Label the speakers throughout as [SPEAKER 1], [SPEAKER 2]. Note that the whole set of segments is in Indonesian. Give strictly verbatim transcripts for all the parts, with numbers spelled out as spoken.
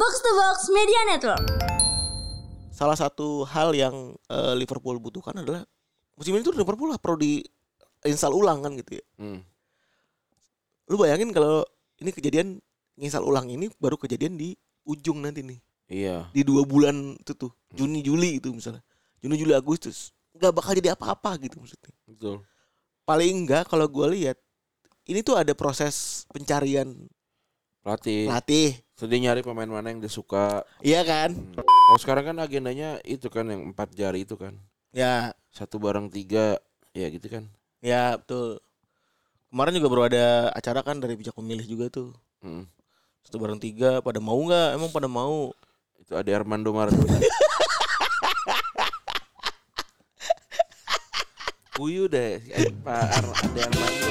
[SPEAKER 1] Box to Box Media Network.
[SPEAKER 2] Salah satu hal yang uh, Liverpool butuhkan adalah musim ini tuh Liverpool lah perlu diinstal ulang kan gitu ya. Hmm. Lu bayangin kalau ini kejadian nginstal ulang ini baru kejadian di ujung nanti nih.
[SPEAKER 3] Iya.
[SPEAKER 2] Di dua bulan itu tuh Juni Juli itu misalnya. Juni Juli Agustus nggak bakal jadi apa-apa gitu maksudnya.
[SPEAKER 3] Betul.
[SPEAKER 2] Paling enggak kalau gue lihat ini tuh ada proses pencarian
[SPEAKER 3] pelatih.
[SPEAKER 2] Pelatih.
[SPEAKER 3] Sedih nyari pemain mana yang dia suka.
[SPEAKER 2] Iya kan?
[SPEAKER 3] Hmm. Kalau sekarang kan agendanya itu kan yang empat jari itu kan.
[SPEAKER 2] Ya.
[SPEAKER 3] Satu bareng tiga, ya gitu kan.
[SPEAKER 2] Ya betul. Kemarin juga baru ada acara kan dari bijak memilih juga tuh. Hmm. Satu bareng tiga, pada mau nggak? Emang pada mau?
[SPEAKER 3] Itu ada Armando Maradona. Kuyu deh, eh, Pak Ar- ada Armando.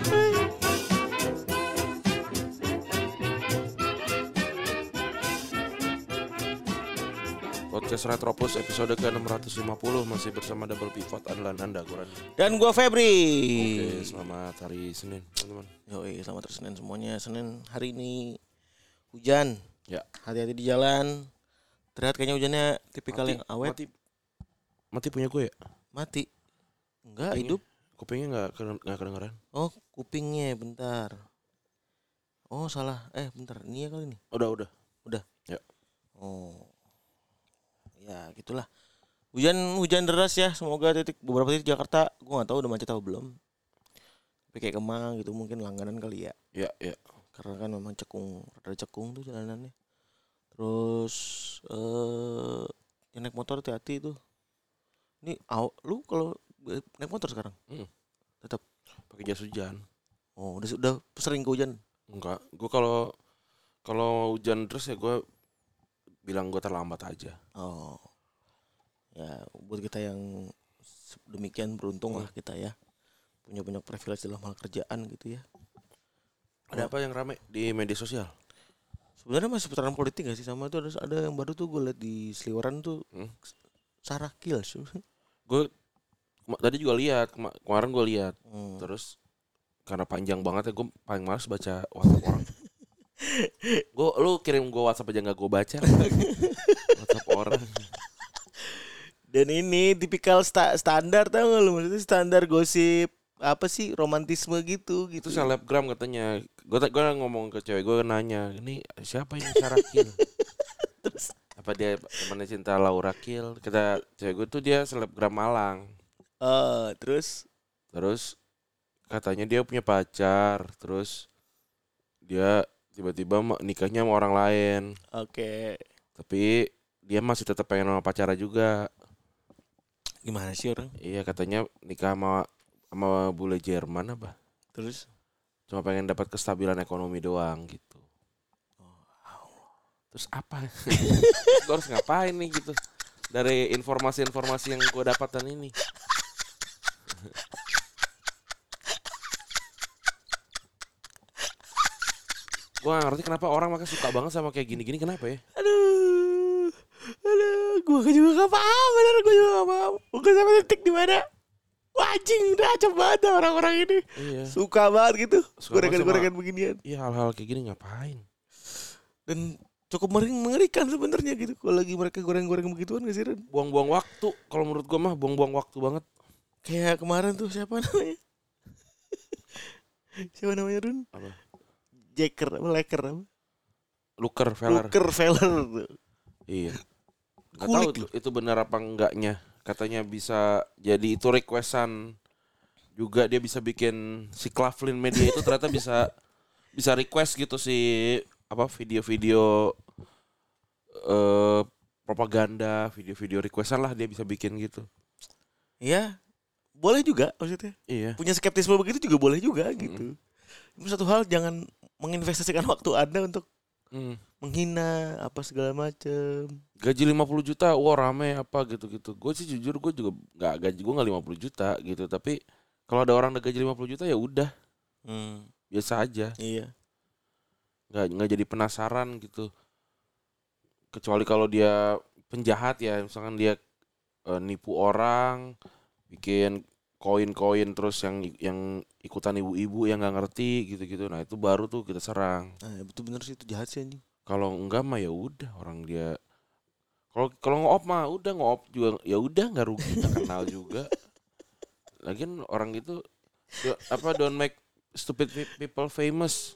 [SPEAKER 3] Podcast Retropus episode ke enam ratus lima puluh masih bersama Double Pivot andalan Anda, Goran.
[SPEAKER 2] Dan gua Febri.
[SPEAKER 3] Oke, selamat hari Senin, teman-teman.
[SPEAKER 2] Yoi, selamat hari Senin semuanya. Senin hari ini hujan.
[SPEAKER 3] Ya.
[SPEAKER 2] Hati-hati di jalan. Terlihat kayaknya hujannya tipikal
[SPEAKER 3] mati,
[SPEAKER 2] yang awet.
[SPEAKER 3] Mati, mati punya gue ya?
[SPEAKER 2] Mati. Enggak,
[SPEAKER 3] kupingnya,
[SPEAKER 2] hidup.
[SPEAKER 3] Kupingnya enggak enggak kedengeran.
[SPEAKER 2] Oh, kupingnya bentar. Oh, salah. Eh, bentar. Ini ya kali ini.
[SPEAKER 3] Udah, udah.
[SPEAKER 2] Udah.
[SPEAKER 3] Ya.
[SPEAKER 2] Oh. Ya gitulah. Hujan hujan deras ya. Semoga titik beberapa titik Jakarta. Gue nggak tahu udah macet atau belum. Tapi kayak Kemang gitu mungkin langganan kali ya.
[SPEAKER 3] Ya ya.
[SPEAKER 2] Karena kan memang cekung, rada cekung tuh jalanannya. Terus eh uh, naik motor hati-hati tuh. Ini aw, lu kalau naik motor sekarang? Hmm. Tetap
[SPEAKER 3] pakai jas hujan.
[SPEAKER 2] Oh udah udah sering ke hujan?
[SPEAKER 3] Enggak. Gue kalau kalau hujan terus ya gue bilang gue terlambat aja.
[SPEAKER 2] Oh, ya buat kita yang demikian beruntung lah kita ya, punya banyak privilege dalam hal kerjaan gitu ya.
[SPEAKER 3] Ada apa yang rame di media sosial?
[SPEAKER 2] Sebenarnya masih putaran politik gak sih, sama tuh ada ada yang baru tuh gue liat di Seliweran tuh, hmm? Sarah Kills.
[SPEAKER 3] Gue kema- tadi juga lihat kema- kemarin gue lihat, hmm. terus karena panjang banget ya gue paling malas baca WhatsApp orang. Gue lu kirim gue WhatsApp aja nggak gue baca. WhatsApp orang.
[SPEAKER 2] Dan ini tipikal sta- standar tau gak lu, maksudnya standar gosip apa sih romantisme gitu gitu.
[SPEAKER 3] Itu selebgram katanya. Gue gue ngomong ke cewek gue nanya, ini siapa ini Sarah Kill? Terus apa dia temannya cinta Laura Kill? Kata cewek gue tuh dia selebgram Malang.
[SPEAKER 2] Uh, terus
[SPEAKER 3] terus katanya dia punya pacar, terus dia tiba-tiba nikahnya sama orang lain.
[SPEAKER 2] Oke. Okay.
[SPEAKER 3] Tapi dia masih tetap pengen sama pacarnya juga.
[SPEAKER 2] Gimana sih orang?
[SPEAKER 3] Iya katanya nikah sama sama bule Jerman apa?
[SPEAKER 2] Terus?
[SPEAKER 3] Cuma pengen dapat kestabilan ekonomi doang gitu.
[SPEAKER 2] Oh, wow.
[SPEAKER 3] Terus apa? Gue harus ngapain nih gitu? Dari informasi-informasi yang gue dapatkan ini. Gue gak ngerti kenapa orang makanya suka banget sama kayak gini-gini, kenapa ya?
[SPEAKER 2] Aduh, aduh, gue juga gak paham, bener gue juga gak paham. Bukan sampai titik di mana? Wajing udah acap banget orang-orang ini. Iya. Suka banget gitu, gorengan-gorengan beginian.
[SPEAKER 3] Iya, hal-hal kayak gini ngapain?
[SPEAKER 2] Dan cukup mengerikan sebenarnya gitu. Kalau lagi mereka goreng-goreng begituan gak sih Ren?
[SPEAKER 3] Buang-buang waktu, kalau menurut gue mah buang-buang waktu banget.
[SPEAKER 2] Kayak kemarin tuh siapa namanya? Siapa namanya Run?
[SPEAKER 3] Apa?
[SPEAKER 2] Jacker, apa Laker apa?
[SPEAKER 3] Luker Feller.
[SPEAKER 2] Luker Feller tuh.
[SPEAKER 3] Iya. Gak tahu tuh, itu benar apa enggaknya. Katanya bisa jadi itu requestan juga, dia bisa bikin si Clavlin Media itu ternyata bisa bisa request gitu si apa video-video uh, propaganda, video-video requestan lah dia bisa bikin gitu.
[SPEAKER 2] Iya. Boleh juga maksudnya.
[SPEAKER 3] Iya.
[SPEAKER 2] Punya skeptisme begitu juga boleh juga gitu. Mm-hmm. Satu hal, jangan menginvestasikan waktu Anda untuk mm. menghina apa segala macem.
[SPEAKER 3] Gaji lima puluh juta, wah rame apa gitu-gitu. Gue sih jujur gue juga nggak, gaji gue nggak lima puluh juta gitu. Tapi kalau ada orang gaji lima puluh juta ya udah, mm. biasa aja.
[SPEAKER 2] Iya.
[SPEAKER 3] Nggak nggak jadi penasaran gitu. Kecuali kalau dia penjahat ya, misalkan dia e, nipu orang, bikin koin-koin terus yang yang ikutan ibu-ibu yang nggak ngerti gitu-gitu. Nah itu baru tuh kita serang.
[SPEAKER 2] Nah betul bener sih, itu jahat sih anjing.
[SPEAKER 3] Kalau enggak mah ya udah orang dia. Kalau kalau ngoop mah udah ngoop juga ya udah nggak rugi, nggak kenal juga. Lagian orang itu do, apa don't make stupid people famous.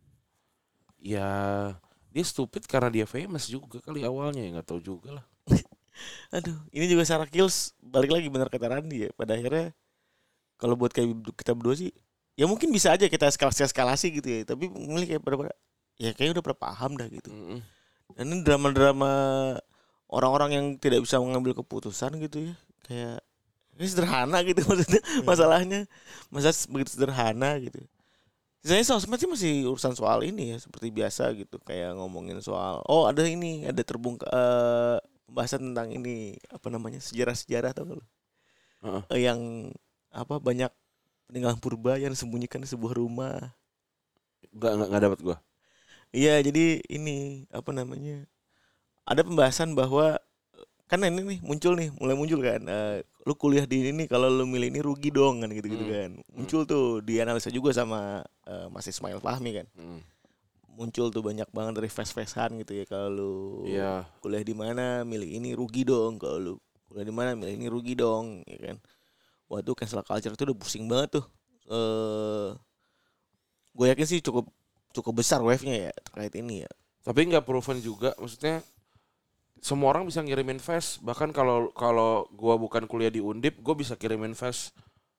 [SPEAKER 3] Ya dia stupid karena dia famous juga kali awalnya, ya nggak tahu juga lah.
[SPEAKER 2] Aduh, ini juga secara kills balik lagi benar kata Randy ya. Pada akhirnya kalau buat kayak kita berdua sih, ya mungkin bisa aja kita eskalasi gitu ya. Tapi mulai kayak pada ya kayak udah pada paham dah gitu. Mm-hmm. Dan ini drama-drama orang-orang yang tidak bisa mengambil keputusan gitu ya. Kayak ini sederhana gitu maksudnya mm-hmm. masalahnya. Masa begitu sederhana gitu. Sisanya sosmed sih masih urusan soal ini ya seperti biasa gitu. Kayak ngomongin soal oh ada ini, ada terbongkar uh, pembahasan tentang ini apa namanya sejarah-sejarah tau gak lu? Uh-uh. Uh, yang apa banyak peninggalan purba yang disembunyikan di sebuah rumah.
[SPEAKER 3] Enggak enggak enggak dapat gua.
[SPEAKER 2] Iya, jadi ini apa namanya? Ada pembahasan bahwa kan ini nih muncul nih, mulai muncul kan. Uh, lu kuliah di ini kalau lu milih ini rugi dong kan gitu-gitu hmm. kan. Muncul tuh dianalisa juga sama uh, Mas Ismail Fahmi kan. Hmm. Muncul tuh banyak banget dari face-facean gitu ya kalau lu yeah. kuliah di mana milih ini rugi dong, kalau lu kuliah di mana milih ini rugi dong, ya kan. Waduh, cancel culture itu udah pusing banget tuh. Uh, gue yakin sih cukup cukup besar wave-nya ya terkait ini ya.
[SPEAKER 3] Tapi nggak proven juga, maksudnya semua orang bisa ngirimin face. Bahkan kalau kalau gue bukan kuliah di Undip, gue bisa kirimin face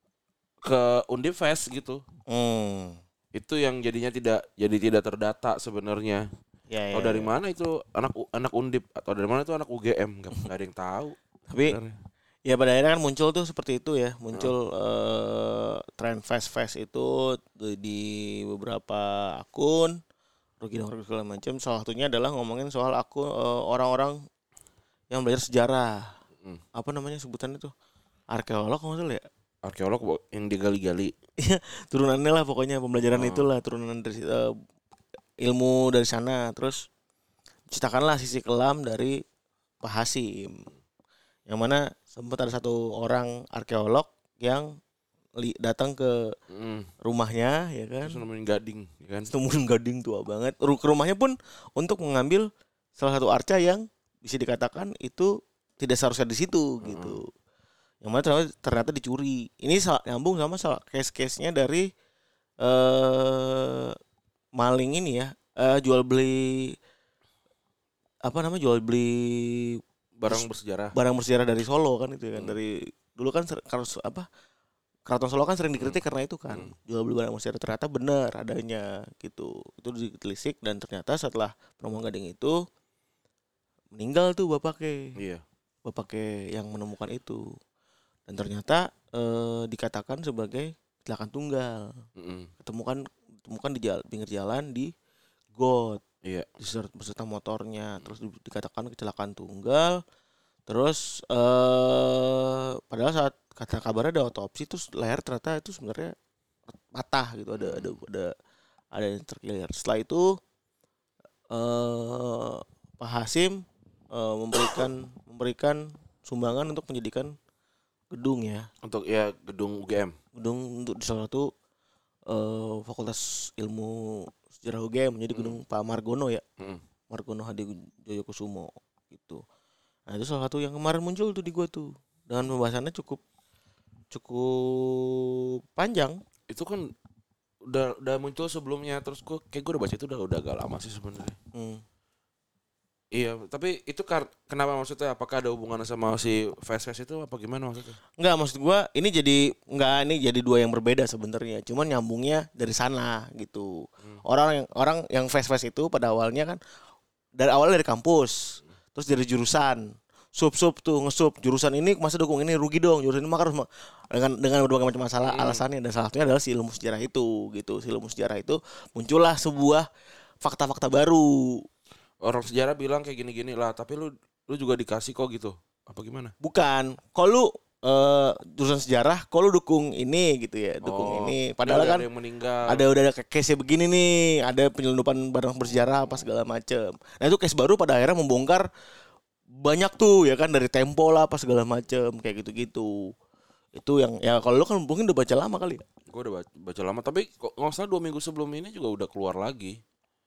[SPEAKER 3] ke Undip face gitu. Hmm. Itu yang jadinya tidak jadi tidak terdata sebenarnya. Ya, ya, oh dari ya. Mana itu anak anak Undip atau dari mana itu anak U G M? Nggak ada yang tahu.
[SPEAKER 2] Tapi sebenarnya. Ya pada akhirnya kan muncul tuh seperti itu ya, muncul hmm. uh, tren fast-fast itu di beberapa akun, rugi dong rugi segala macam. Salah satunya adalah ngomongin soal akun uh, orang-orang yang belajar sejarah, hmm. apa namanya sebutannya tuh, arkeolog maksudnya ya?
[SPEAKER 3] Arkeolog yang digali-gali.
[SPEAKER 2] Iya, turunannya lah pokoknya pembelajaran hmm. itulah turunan dari uh, ilmu dari sana. Terus ciptakanlah sisi kelam dari Pak Hasim. Yang mana sempat ada satu orang arkeolog yang li- datang ke mm. rumahnya ya kan.
[SPEAKER 3] Terus nemuin gading ya kan.
[SPEAKER 2] Nemuin gading tua banget. Ke rumahnya pun untuk mengambil salah satu arca yang bisa dikatakan itu tidak seharusnya di situ mm. gitu. Yang mana ternyata, ternyata dicuri. Ini sal- nyambung sama sal- case-case-nya dari uh, maling ini ya. Uh, jual beli apa namanya jual beli
[SPEAKER 3] barang bersejarah
[SPEAKER 2] barang bersejarah dari Solo kan itu kan hmm. dari dulu kan harus apa Keraton Solo kan sering dikritik hmm. karena itu kan hmm. jual beli barang bersejarah, ternyata benar adanya gitu. Itu ditelisik dan ternyata setelah penemuan gading itu meninggal tuh bapaknya.
[SPEAKER 3] Iya.
[SPEAKER 2] Bapaknya yang menemukan itu dan ternyata eh, dikatakan sebagai kecelakaan tunggal. Hmm. Ketemukan ditemukan di jalan, pinggir jalan di got.
[SPEAKER 3] Iya.
[SPEAKER 2] Beserta motornya, terus dikatakan kecelakaan tunggal. Terus eh padahal saat kata kabarnya ada otopsi, terus leher ternyata itu sebenarnya patah gitu, ada ada ada ada yang terkilir. Setelah itu eh Pak Hasim eh, memberikan memberikan sumbangan untuk menjadikan gedung ya.
[SPEAKER 3] Untuk ya gedung U G M.
[SPEAKER 2] Gedung untuk di salah satu eh, Fakultas Ilmu Sejarah U G M menjadi gedung hmm. Pak Margono ya. Hmm. Margono Hadi Joyokusumo gitu. Nah, itu salah satu yang kemarin muncul tuh di gua tuh. Dengan pembahasannya cukup cukup panjang.
[SPEAKER 3] Itu kan udah udah muncul sebelumnya, terus gua kayak gua udah baca itu udah udah agak lama sih sebenarnya. Hmm. Iya, tapi itu kar- kenapa maksudnya? Apakah ada hubungannya sama si Fast-Fast itu apa gimana maksudnya?
[SPEAKER 2] Enggak, maksud gua ini jadi enggak ini jadi dua yang berbeda sebenarnya. Cuman nyambungnya dari sana gitu. Hmm. Orang yang orang yang Fast-Fast itu pada awalnya kan dari awal dari kampus, hmm. terus dari jurusan, sub-sub tuh ngesup jurusan ini masa dukung ini rugi dong, jurusan ini mah harus dengan dengan berbagai macam masalah hmm. alasannya, dan salah satunya adalah si ilmu sejarah itu gitu. Si ilmu sejarah itu muncullah sebuah fakta-fakta baru.
[SPEAKER 3] Orang sejarah bilang kayak gini-gini lah, tapi lu lu juga dikasih kok gitu. Apa gimana?
[SPEAKER 2] Bukan. Kalau lu uh, jurusan sejarah, kalau lu dukung ini gitu ya, dukung oh, ini. Padahal kan
[SPEAKER 3] ada yang meninggal.
[SPEAKER 2] Ada udah ada case begini nih, ada penyelundupan barang bersejarah apa segala macem. Nah, itu case baru pada akhirnya membongkar banyak tuh ya kan, dari Tempo lah apa segala macem kayak gitu-gitu. Itu yang ya kalau lu kan mungkin udah baca lama kali ya.
[SPEAKER 3] Gue udah baca, baca lama, tapi kok enggak salah dua minggu sebelum ini juga udah keluar lagi.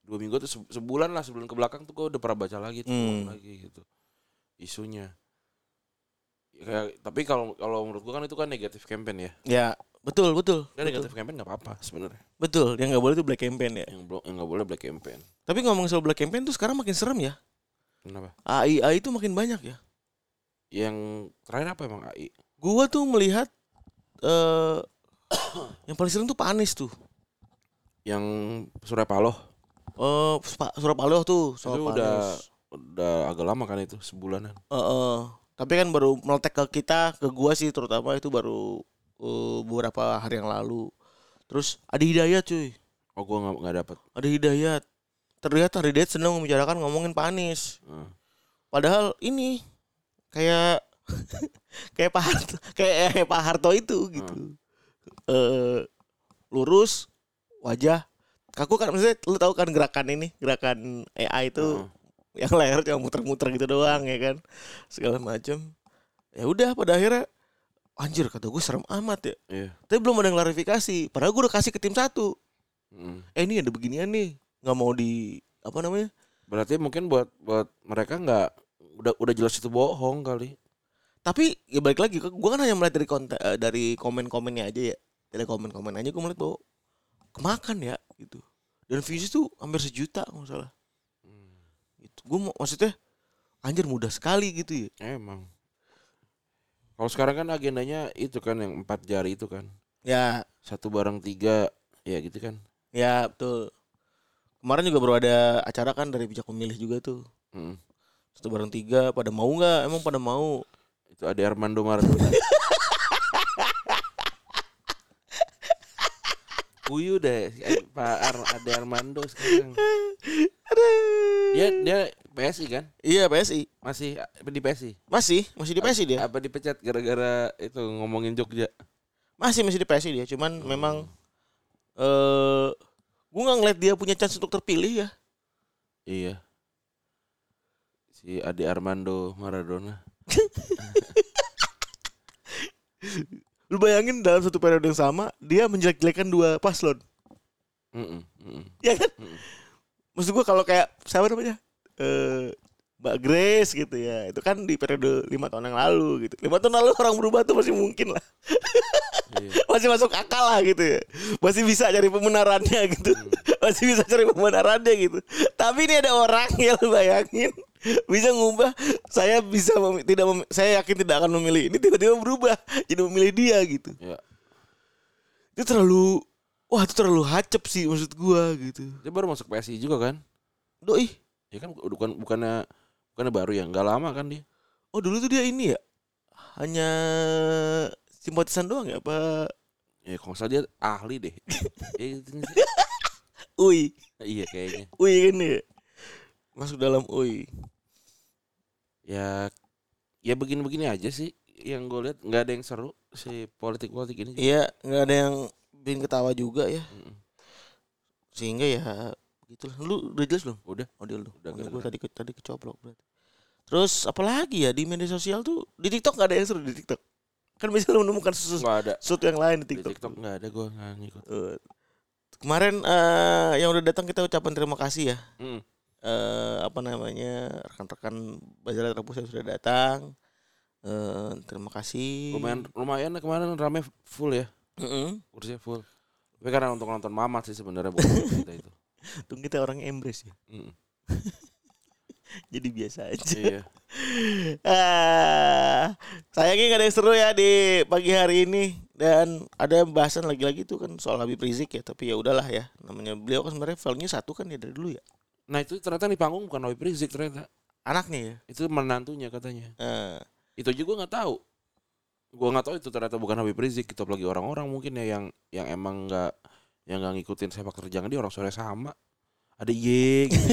[SPEAKER 3] dua minggu tuh sebulan lah sebulan ke belakang tuh gue udah pernah baca lagi tuh
[SPEAKER 2] Hmm.
[SPEAKER 3] lagi gitu isunya. Ya, tapi kalau kalau menurut gue kan itu kan negatif campaign ya.
[SPEAKER 2] Ya betul betul.
[SPEAKER 3] Dan
[SPEAKER 2] betul.
[SPEAKER 3] negatif campaign nggak apa-apa sebenarnya.
[SPEAKER 2] Betul, yang nggak boleh itu black campaign ya.
[SPEAKER 3] Yang belum yang nggak boleh black campaign.
[SPEAKER 2] Tapi ngomong soal black campaign tuh sekarang makin serem ya.
[SPEAKER 3] Kenapa?
[SPEAKER 2] A I A I itu makin banyak ya.
[SPEAKER 3] Yang terakhir apa emang A I?
[SPEAKER 2] Gua tuh melihat eh yang paling serem tuh Pak Anies tuh.
[SPEAKER 3] Yang Surya Paloh.
[SPEAKER 2] Eh Pak Surya Paloh tuh
[SPEAKER 3] Itu
[SPEAKER 2] sama Pak
[SPEAKER 3] udah
[SPEAKER 2] Anies.
[SPEAKER 3] udah agak lama kan itu sebulanan.
[SPEAKER 2] Eh, eh. Tapi kan baru meletek ke kita, ke gua sih terutama itu baru uh, beberapa hari yang lalu. Terus ada Hidayat cuy.
[SPEAKER 3] Oh gue nggak nggak dapat.
[SPEAKER 2] Ada Hidayat. Terlihat Hari Hidayat seneng membicarakan ngomongin Pak Anies.
[SPEAKER 3] Hmm.
[SPEAKER 2] Padahal ini kayak kayak Pak Harto, kayak Pak Harto itu gitu. Eh lurus wajah kaku kan, maksudnya lu tahu kan gerakan ini, gerakan A I itu
[SPEAKER 3] Hmm.
[SPEAKER 2] yang layar cuma muter-muter gitu doang ya kan, segala macam. Ya udah pada akhirnya anjir kata gue serem amat ya.
[SPEAKER 3] Iya.
[SPEAKER 2] Tapi belum ada yang klarifikasi. Padahal gue udah kasih ke tim satu.
[SPEAKER 3] Hmm.
[SPEAKER 2] Eh ini ada beginian nih, nggak mau di apa namanya?
[SPEAKER 3] Berarti mungkin buat buat mereka nggak udah udah jelas itu bohong kali.
[SPEAKER 2] Tapi ya balik lagi, gue kan hanya melihat dari konten, dari komen-komennya aja ya, dari komen-komen aja gue melihat bahwa kemakan ya gitu. Dan views tuh hampir sejuta nggak salah.
[SPEAKER 3] Hmm.
[SPEAKER 2] Gitu. Gue maksudnya anjir mudah sekali gitu ya.
[SPEAKER 3] Emang. Kalau sekarang kan agendanya itu kan yang empat jari itu kan.
[SPEAKER 2] Ya,
[SPEAKER 3] Satu bareng tiga ya gitu kan.
[SPEAKER 2] ya betul. Kemarin juga baru ada acara kan dari Bijak Memilih juga tuh.
[SPEAKER 3] Hmm.
[SPEAKER 2] Satu bareng tiga pada mau nggak? Emang pada mau?
[SPEAKER 3] Itu ada Armando Maradona. Kuyu deh Pak Ar ada Armando sekarang. Dia dia P S I kan?
[SPEAKER 2] Iya P S I.
[SPEAKER 3] Masih di P S I.
[SPEAKER 2] Masih, masih di P S I dia.
[SPEAKER 3] Apa dipecat gara-gara itu ngomongin Jogja?
[SPEAKER 2] Masih masih di P S I dia. Cuman hmm. memang eh gue nggak ngeliat dia punya chance untuk terpilih ya.
[SPEAKER 3] Iya. Si Ade Armando Maradona.
[SPEAKER 2] Lu bayangin dalam satu periode yang sama dia menjelek-jelekan dua paslon.
[SPEAKER 3] Mm-mm, mm-mm.
[SPEAKER 2] Ya kan?
[SPEAKER 3] Mm-mm.
[SPEAKER 2] Maksud gue kalau kayak siapa namanya? Eh Mbak Grace gitu ya. Itu kan di periode lima tahun yang lalu gitu. lima tahun lalu orang berubah tuh masih mungkin lah.
[SPEAKER 3] Iya.
[SPEAKER 2] Masih masuk akal lah gitu ya. Masih bisa cari pembenarannya gitu. Hmm. Masih bisa cari pembenarannya gitu. Tapi ini ada orang yang lu bayangin bisa ngubah, saya bisa mem- tidak mem- saya yakin tidak akan memilih ini, tiba-tiba berubah jadi memilih dia gitu.
[SPEAKER 3] Ya.
[SPEAKER 2] Itu terlalu wah itu terlalu hacep sih maksud gua gitu.
[SPEAKER 3] Dia baru masuk P S I juga kan?
[SPEAKER 2] Doi.
[SPEAKER 3] Ya kan bukan bukannya bukannya baru ya, enggak lama kan dia.
[SPEAKER 2] Oh dulu tuh dia ini ya. Hanya simpatisan doang ya apa?
[SPEAKER 3] Ya kalau salah dia ahli deh.
[SPEAKER 2] Ui.
[SPEAKER 3] Iya kayaknya.
[SPEAKER 2] Ui ini ya. Masuk dalam ui.
[SPEAKER 3] Ya ya begini-begini aja sih yang gue lihat, nggak ada yang seru si politik-politik ini.
[SPEAKER 2] Iya, nggak ada yang bikin ketawa juga ya.
[SPEAKER 3] Mm-mm.
[SPEAKER 2] Sehingga ya gitu. Lu udah jelas belum?
[SPEAKER 3] Udah.
[SPEAKER 2] Oh dia lu.
[SPEAKER 3] Udah,
[SPEAKER 2] Gue
[SPEAKER 3] udah.
[SPEAKER 2] tadi tadi kecoplok berarti. Terus apalagi ya di media sosial tuh, di TikTok nggak ada yang seru di TikTok. Kan bisa lu menemukan sesuatu,
[SPEAKER 3] Nggak ada.
[SPEAKER 2] sesuatu yang lain di
[SPEAKER 3] Di
[SPEAKER 2] TikTok.
[SPEAKER 3] TikTok nggak ada, gue nggak ngikut.
[SPEAKER 2] Uh, kemarin uh, yang udah datang kita ucapan terima kasih ya.
[SPEAKER 3] Mm.
[SPEAKER 2] Uh, apa namanya rekan-rekan Bazar Terpusat yang sudah datang. Uh, terima kasih.
[SPEAKER 3] Lumayan lumayan kemarin rame full ya.
[SPEAKER 2] Mm-mm.
[SPEAKER 3] Kursinya full. Tapi karena untuk nonton Mamat sih sebenarnya bukan kita itu.
[SPEAKER 2] Tunggu kita orang embrace ya.
[SPEAKER 3] Mm.
[SPEAKER 2] Jadi biasa aja.
[SPEAKER 3] Iya.
[SPEAKER 2] ah, sayangnya gak ada yang seru ya di pagi hari ini. Dan ada bahasan lagi-lagi tuh kan soal Habib Rizik ya. Tapi ya udahlah ya. Namanya beliau kan sebenarnya value satu kan ya dari dulu ya.
[SPEAKER 3] Nah itu ternyata di panggung bukan Habib Rizik ternyata.
[SPEAKER 2] Anaknya ya.
[SPEAKER 3] Itu menantunya katanya.
[SPEAKER 2] Uh,
[SPEAKER 3] Itu juga gue nggak tahu. Gue nggak tahu itu ternyata bukan Habib Rizik. Itu lagi orang-orang mungkin ya yang yang emang nggak yang nggak ngikutin sepak terjang dia, orang sore sama. Ada ye gitu.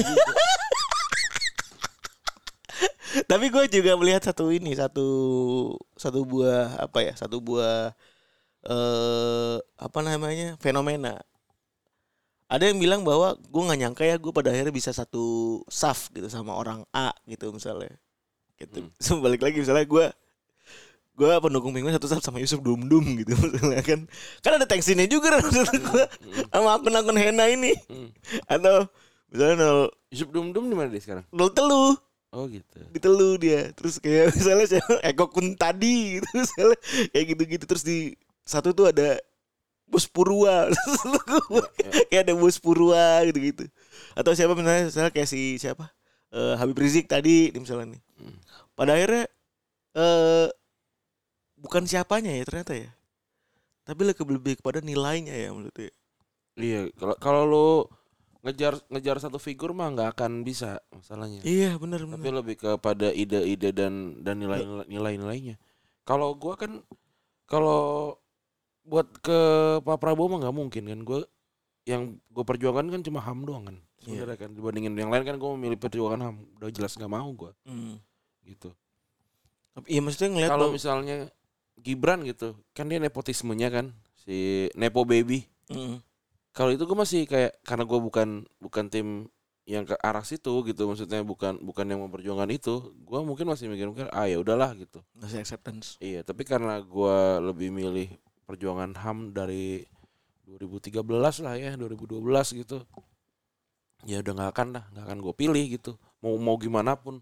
[SPEAKER 2] Tapi gue juga melihat satu ini satu satu buah apa ya satu buah eh apa namanya fenomena. Ada yang bilang bahwa gue nggak nyangka ya gue pada akhirnya bisa satu saf gitu sama orang A gitu misalnya. Gitu. Hmm. Balik lagi misalnya gue gue pendukung Penguin satu saf sama Yusuf Dum Dum gitu misalnya kan. Kan ada tensinya juga kan maksud gue sama akun-akun Hena ini.
[SPEAKER 3] Hmm.
[SPEAKER 2] Atau Misalnya nol
[SPEAKER 3] Yusuf Dum Dum di mana dia sekarang?
[SPEAKER 2] nol telu.
[SPEAKER 3] Oh gitu.
[SPEAKER 2] Di telu dia. Terus kayak misalnya Eko Kuntadi gitu misalnya kayak gitu-gitu terus di satu tuh ada Bos Purwa. ya, ya. Kayak ada Bos Purwa gitu-gitu. Atau siapa misalnya, misalnya kayak si siapa? Uh, Habib Rizik tadi misalnya nih. Hmm. Pada akhirnya uh, bukan siapanya ya ternyata ya. Tapi lebih lebih kepada nilainya ya menurutnya.
[SPEAKER 3] Iya, kalau kalau lo ngejar ngejar satu figur mah nggak akan bisa masalahnya.
[SPEAKER 2] Iya, benar benar.
[SPEAKER 3] Tapi lebih kepada ide-ide dan dan nilai nilai-nilainya. Kalau gua kan kalau buat ke Pak Prabowo mah nggak mungkin kan. Gua yang gue perjuangkan kan cuma H A M doang kan. Sebenarnya yeah. kan dibandingin yang lain kan gue memilih perjuangan H A M. Udah jelas nggak mau gue. Mm. Gitu.
[SPEAKER 2] Tapi iya maksudnya ngeliat
[SPEAKER 3] kalau misalnya Gibran gitu, kan dia nepotismenya kan si nepo baby. Mm. Kalau itu gue masih kayak karena gue bukan bukan tim yang ke arah situ gitu, maksudnya bukan bukan yang memperjuangkan itu, gue mungkin masih mikir-mikir ah ya udahlah gitu.
[SPEAKER 2] Masih acceptance.
[SPEAKER 3] Iya, tapi karena gue lebih milih perjuangan H A M dari dua ribu tiga belas lah ya, dua ribu dua belas gitu. Ya udah nggak akan dah, nggak akan gue pilih gitu. Mau mau gimana pun.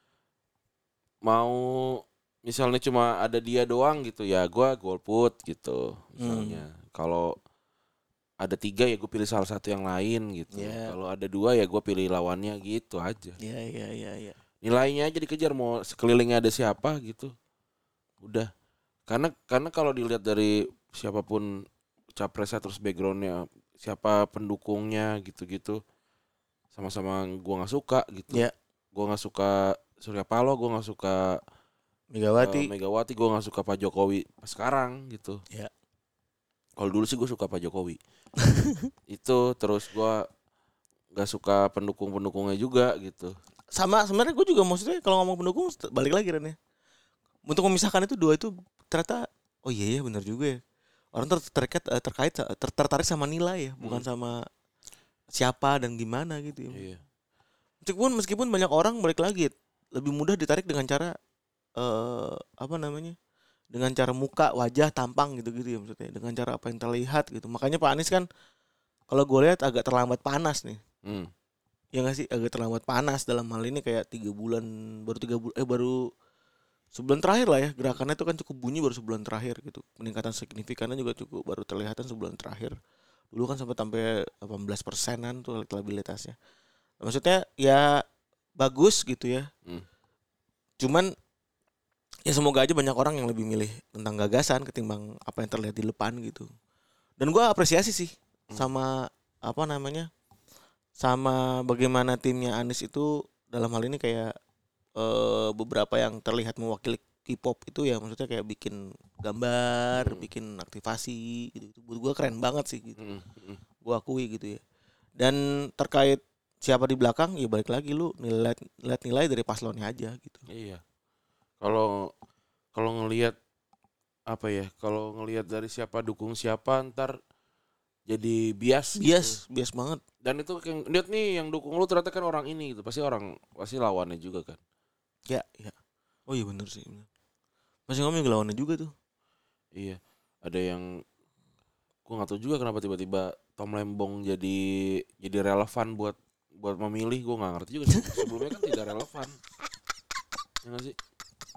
[SPEAKER 3] Mau misalnya cuma ada dia doang gitu ya, gue golput gitu misalnya. Hmm. Kalau ada tiga ya gue pilih salah satu yang lain gitu. Yeah. Kalau ada dua ya gue pilih lawannya gitu aja.
[SPEAKER 2] Iya yeah, iya yeah, iya. Yeah, yeah.
[SPEAKER 3] Nilainya aja dikejar, mau sekelilingnya ada siapa gitu. Udah. Karena karena kalau dilihat dari siapapun capresnya terus backgroundnya, siapa pendukungnya gitu-gitu, sama-sama gue nggak suka gitu. Yeah. Gue nggak suka Surya Paloh, gue nggak suka
[SPEAKER 2] Megawati,
[SPEAKER 3] uh, Megawati, gue nggak suka Pak Jokowi sekarang gitu.
[SPEAKER 2] Ya.
[SPEAKER 3] Kalau dulu sih gue suka Pak Jokowi. Itu terus gue nggak suka pendukung-pendukungnya juga gitu.
[SPEAKER 2] Sama sebenarnya gue juga maksudnya kalau ngomong pendukung balik lagi Ren ya. Untuk memisahkan itu dua itu ternyata oh iya ya benar juga ya. Orang ter- terkait terkait ter- tertarik sama nilai ya, bukan hmm. sama siapa dan gimana gitu ya.
[SPEAKER 3] Iya.
[SPEAKER 2] Meskipun meskipun banyak orang balik lagi lebih mudah ditarik dengan cara Uh, apa namanya dengan cara muka, wajah, tampang gitu-gitu ya maksudnya, dengan cara apa yang terlihat gitu. Makanya Pak Anies kan kalau gue lihat agak terlambat panas nih. Hmm. Ya nggak sih, agak terlambat panas dalam hal ini kayak tiga bulan baru tiga bulan eh baru sebulan terakhir lah ya gerakannya itu kan cukup bunyi baru sebulan terakhir gitu. Peningkatan signifikannya juga cukup baru terlihatan sebulan terakhir. Dulu kan sampai sampai delapan belas persenan tuh elektabilitasnya. Maksudnya ya bagus gitu ya. Hmm. Cuman ya semoga aja banyak orang yang lebih milih tentang gagasan ketimbang apa yang terlihat di depan gitu. Dan gue apresiasi sih sama apa namanya, sama bagaimana timnya Anies itu dalam hal ini kayak e, beberapa yang terlihat mewakili K-pop itu ya maksudnya kayak bikin gambar, hmm. bikin aktivasi gitu. Buat gue keren banget sih gitu. Hmm. Hmm. Gue akui gitu ya. Dan terkait siapa di belakang ya balik lagi lu nilai lihat nilai dari paslonnya aja gitu.
[SPEAKER 3] Iya. Kalau kalau ngelihat apa ya, kalau ngelihat dari siapa dukung siapa ntar jadi bias.
[SPEAKER 2] Bias,
[SPEAKER 3] gitu.
[SPEAKER 2] bias banget.
[SPEAKER 3] Dan itu yang lihat nih yang dukung lu ternyata kan orang ini gitu, pasti orang pasti lawannya juga kan.
[SPEAKER 2] Ya, ya. Oh iya benar sih. Bener. Masih ngomong lawannya juga tuh.
[SPEAKER 3] Iya. Ada yang gua nggak tahu juga kenapa tiba-tiba Tom Lembong jadi jadi relevan buat buat memilih, gua nggak ngerti juga. Sebelumnya kan tidak relevan. Ya nggak sih?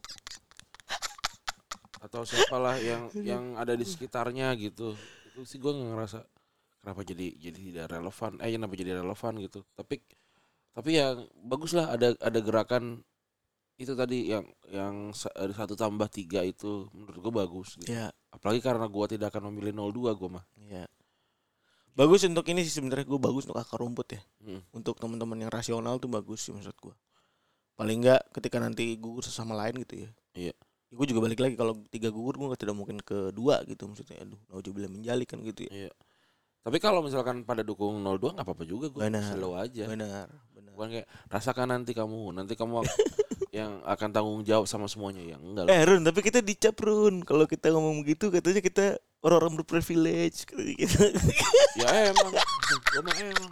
[SPEAKER 3] Atau siapalah yang yang ada di sekitarnya gitu. Itu sih gue nggak ngerasa kenapa jadi jadi tidak relevan. Eh kenapa jadi relevan gitu. Tapi tapi ya bagus lah ada ada gerakan itu tadi yang yang satu tambah tiga itu menurut gue bagus. Gitu.
[SPEAKER 2] Ya.
[SPEAKER 3] Apalagi karena gue tidak akan memilih nol dua gue mah.
[SPEAKER 2] Ya. Bagus untuk ini sih sebenarnya gue bagus untuk akar rumput ya. Hmm. Untuk teman-teman yang rasional tuh bagus sih maksud gue. Paling enggak ketika nanti gugur sesama lain gitu ya.
[SPEAKER 3] Iya.
[SPEAKER 2] Ya, gue juga balik lagi kalau tiga gugur gue tidak mungkin kedua gitu maksudnya. Aduh, nauzubillah menjalik kan gitu ya.
[SPEAKER 3] Iya. Tapi kalau misalkan pada dukung nol dua enggak apa-apa juga gue. Slow aja.
[SPEAKER 2] Benar, benar.
[SPEAKER 3] Bukan kayak rasakan nanti kamu, nanti kamu yang akan tanggung jawab sama semuanya yang enggak.
[SPEAKER 2] Eh Run, tapi kita dicap Run. Kalau kita ngomong begitu katanya kita orang-orang berprivilege gitu.
[SPEAKER 3] Ya emang. Emang emang.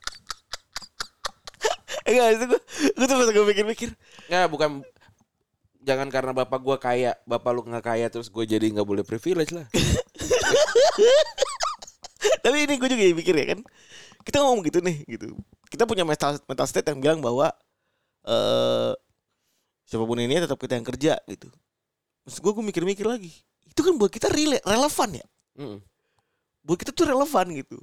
[SPEAKER 2] Enggak, itu gue gue tuh pas gue mikir-mikir.
[SPEAKER 3] Ya bukan jangan karena bapak gue kaya, bapak lu nggak kaya terus gue jadi nggak boleh privilege lah.
[SPEAKER 2] Tapi ini gue juga mikir ya kan, kita ngomong gitu nih gitu. Kita punya mental mental state yang bilang bahwa eh siapapun ini tetap kita yang kerja gitu. Maksud gue gue mikir-mikir lagi. Itu kan buat kita rele- relevan ya. Mm. Buat kita tuh relevan gitu.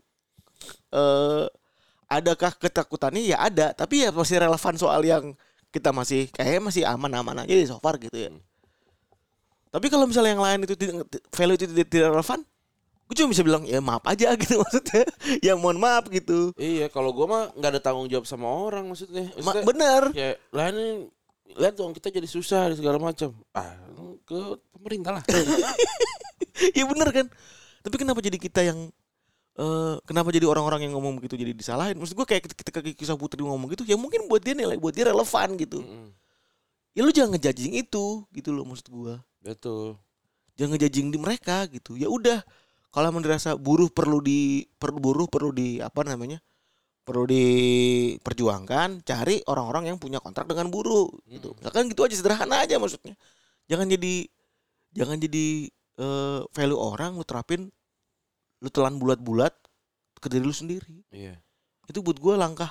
[SPEAKER 2] Eh adakah ketakutannya? Ya ada, tapi ya masih relevan soal yang kita masih kayaknya masih aman-aman aja di so far gitu ya. Mm. Tapi kalau misalnya yang lain itu value itu tidak, tidak relevan, gue cuma bisa bilang ya maaf aja gitu maksudnya. Ya mohon maaf gitu.
[SPEAKER 3] Iya, kalau gue mah nggak ada tanggung jawab sama orang maksudnya. maksudnya
[SPEAKER 2] Ma- bener.
[SPEAKER 3] Ya lah ini lihat dong kita jadi susah di segala macam. Ah ke pemerintah lah.
[SPEAKER 2] Ya bener kan. Tapi kenapa jadi kita yang uh, kenapa jadi orang-orang yang ngomong begitu jadi disalahin? Maksud gue kayak ketika Kisah Putri ngomong gitu, ya mungkin buat dia nilai, buat dia relevan gitu. Mm-hmm. Ya lu jangan ngejudging itu gitu loh maksud gue.
[SPEAKER 3] Betul.
[SPEAKER 2] Jangan ngejudging di mereka gitu. Ya udah, kalau emang dirasa buruh perlu di perlu buruh perlu di apa namanya? Perlu diperjuangkan, cari orang-orang yang punya kontrak dengan buruh gitu. Misalkan gitu aja, sederhana aja maksudnya. Jangan jadi jangan jadi uh, value orang lu terapin, lu telan bulat-bulat ke diri lu sendiri.
[SPEAKER 3] Iya.
[SPEAKER 2] Itu buat gue langkah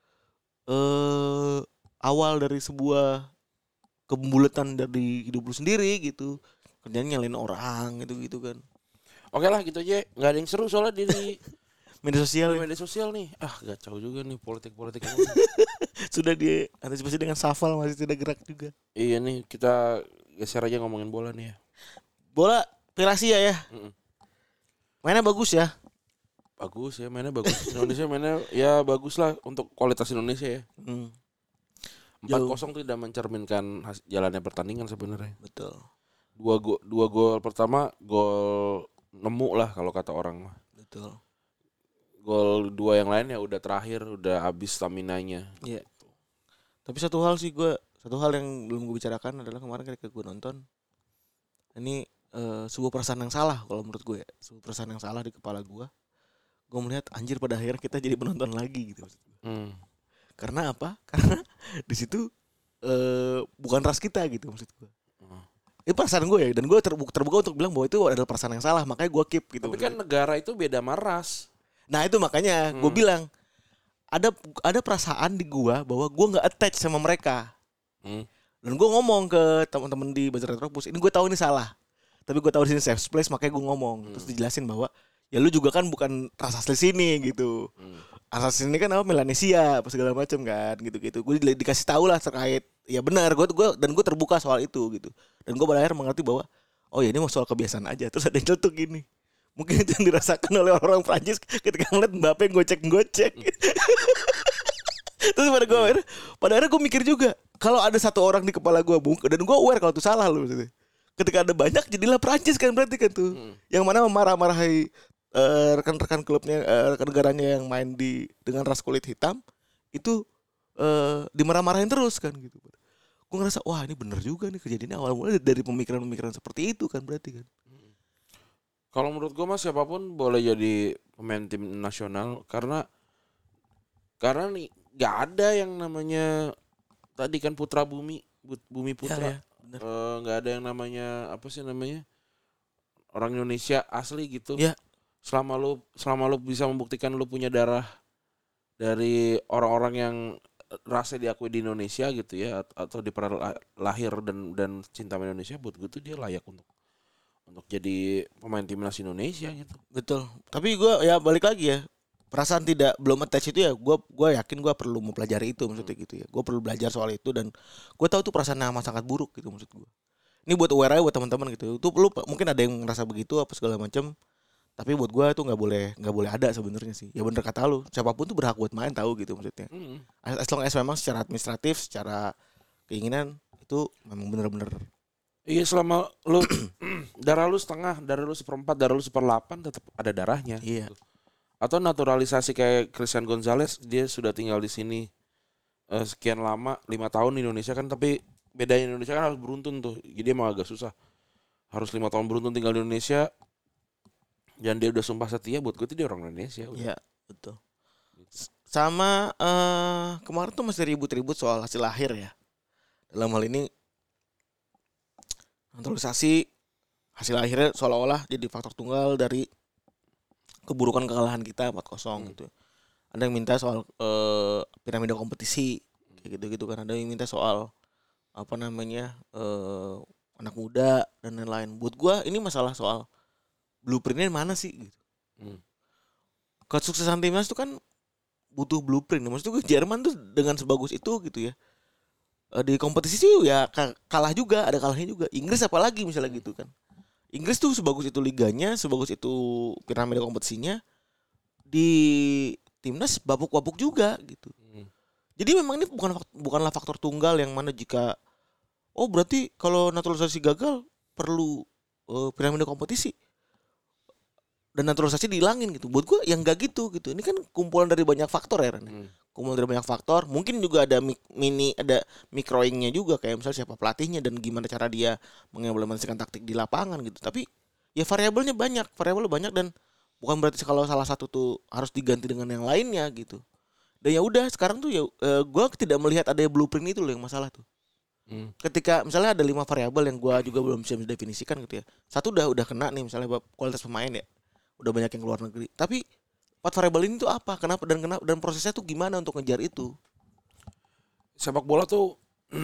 [SPEAKER 2] uh, awal dari sebuah kebulatan dari hidup lu sendiri gitu. Kerjanya nyalain orang gitu-gitu kan.
[SPEAKER 3] Oke lah gitu aja, nggak ada yang seru soalnya di
[SPEAKER 2] media sosial.
[SPEAKER 3] Media sosial nih, ah gacau juga nih politik-politik.
[SPEAKER 2] Sudah diantisipasi dengan Safal masih tidak gerak juga.
[SPEAKER 3] Iya nih, kita geser aja ngomongin bola nih ya.
[SPEAKER 2] Bola Piala-Asia ya. Mm-mm. Mainnya bagus ya.
[SPEAKER 3] Bagus ya, mainnya bagus. Indonesia mainnya ya bagus lah untuk kualitas Indonesia ya. Mm. empat kosong tidak mencerminkan has- jalannya pertandingan sebenarnya.
[SPEAKER 2] Betul.
[SPEAKER 3] Dua go- dua gol pertama gol nemu lah kalau kata orang mah.
[SPEAKER 2] Betul. Gol
[SPEAKER 3] dua yang lain ya udah terakhir, udah habis staminanya.
[SPEAKER 2] Iya. Tapi satu hal sih gue, satu hal yang belum gue bicarakan adalah kemarin ketika gue nonton, ini uh, sebuah perasaan yang salah kalau menurut gue ya, sebuah perasaan yang salah di kepala gue. Gue melihat anjir pada akhirnya kita jadi penonton lagi gitu. Hmm. Karena apa? Karena di situ uh, bukan ras kita gitu maksud gue. Hmm. Itu perasaan gue ya, dan gue terbuka, terbuka untuk bilang bahwa itu adalah perasaan yang salah, makanya gue keep gitu.
[SPEAKER 3] Tapi kan negara itu beda sama ras.
[SPEAKER 2] Nah itu makanya hmm. gue bilang ada ada perasaan di gue bahwa gue nggak attach sama mereka. Hmm. Dan gue ngomong ke teman-teman di Bazar Retropus, ini gue tahu ini salah, tapi gue tahu di sini safe place, makanya gue ngomong. Hmm. Terus dijelasin bahwa ya lu juga kan bukan ras asli sini gitu. Hmm. Asal sini kan apa Melanesia apa segala macam kan gitu-gitu. Gue di, dikasih tahu lah terkait ya benar gue gue dan gue terbuka soal itu gitu. Dan gue pada akhirnya mengerti bahwa oh ya ini mau soal kebiasaan aja. Terus ada yang celetuk gini. Mungkin itu yang dirasakan oleh orang Prancis ketika ngeliat Mbappe gocek-gocek. Terus pada gue akhirnya, pada akhirnya gue mikir juga, kalau ada satu orang di kepala gue bung, dan gue aware kalau itu salah loh. Ketika ada banyak jadilah Prancis kan berarti kan tuh, hmm. yang mana memarah-marahi uh, rekan-rekan klubnya, uh, rekan negaranya yang main di dengan ras kulit hitam itu uh, dimarah-marahin terus kan gitu. Gue ngerasa wah ini bener juga nih kejadiannya awal mulai dari pemikiran-pemikiran seperti itu kan berarti kan.
[SPEAKER 3] Kalau menurut gue mas siapapun boleh jadi pemain tim nasional karena karena nih nggak ada yang namanya tadi kan Putra Bumi Bumi Putra nggak ya, ya, uh, ada yang namanya apa sih namanya orang Indonesia asli gitu. Ya. Selama lu selama lu bisa membuktikan lu punya darah dari orang-orang yang rasanya diakui di Indonesia gitu ya atau di lahir dan dan cinta Indonesia, buat gue tuh dia layak untuk untuk jadi pemain timnas Indonesia gitu.
[SPEAKER 2] Betul. Tapi gue ya balik lagi ya, perasaan tidak belum attach itu ya gue gue yakin gue perlu mempelajari itu maksudnya gitu ya. Gue perlu belajar soal itu dan gue tahu tuh perasaan yang amat sangat buruk gitu maksud gue. Ini buat aware aja buat teman-teman gitu. Itu lu mungkin ada yang ngerasa begitu apa segala macam. Tapi buat gue itu nggak boleh nggak boleh ada sebenarnya sih. Ya bener kata lu, siapapun tuh berhak buat main tahu gitu maksudnya. Mm. As long as memang secara administratif, secara keinginan itu memang bener-bener.
[SPEAKER 3] Iya selama lu darah lu setengah, darah lu seperempat, darah lu seperlapan tetap ada darahnya.
[SPEAKER 2] Iya.
[SPEAKER 3] Gitu. Atau naturalisasi kayak Christian Gonzalez, dia sudah tinggal di sini uh, sekian lama, lima tahun di Indonesia kan, tapi bedanya Indonesia kan harus beruntun tuh, jadi emang agak susah. Harus lima tahun beruntun tinggal di Indonesia, dan dia udah sumpah setia, buat gue tuh dia orang Indonesia.
[SPEAKER 2] Iya betul. Sama uh, kemarin tuh masih ribut-ribut soal hasil akhir ya. Dalam hal ini naturalisasi hasil akhirnya seolah-olah jadi faktor tunggal dari keburukan kekalahan kita empat kosong hmm. gitu. Ada yang minta soal uh, piramida kompetisi kayak gitu-gitu kan. Ada yang minta soal apa namanya uh, anak muda dan lain-lain. Buat gue ini masalah soal blueprintnya mana sih gitu. Hmm. Kesuksesan timnas itu kan butuh blueprint. Maksudnya gue Jerman tuh dengan sebagus itu gitu ya. Di kompetisi sih ya kalah juga, ada kalahnya juga. Inggris apalagi misalnya gitu kan. Inggris tuh sebagus itu liganya, sebagus itu piramida kompetisinya. Di timnas babuk-babuk juga gitu. Hmm. Jadi memang ini bukan bukanlah faktor tunggal yang mana jika oh berarti kalau naturalisasi gagal perlu uh, piramida kompetisi. Dan naturalisasi dihilangin gitu. Buat gue yang enggak gitu gitu. Ini kan kumpulan dari banyak faktor ya Ren. Hmm. Kumpulan dari banyak faktor. Mungkin juga ada mini ada microing-nya juga kayak misalnya siapa pelatihnya dan gimana cara dia mengimplementasikan taktik di lapangan gitu. Tapi ya variabelnya banyak, variabel banyak dan bukan berarti kalau salah satu tuh harus diganti dengan yang lainnya gitu. Dan ya udah sekarang tuh ya uh, gue tidak melihat ada blueprint itu loh yang masalah tuh. Hmm. Ketika misalnya ada lima variabel yang gue juga belum bisa mendefinisikan gitu ya. Satu udah udah kena nih misalnya kualitas pemain ya. Udah banyak yang keluar negeri. Tapi empat variabel ini tuh apa? Kenapa dan kenapa dan prosesnya tuh gimana untuk ngejar itu?
[SPEAKER 3] Sepak bola tuh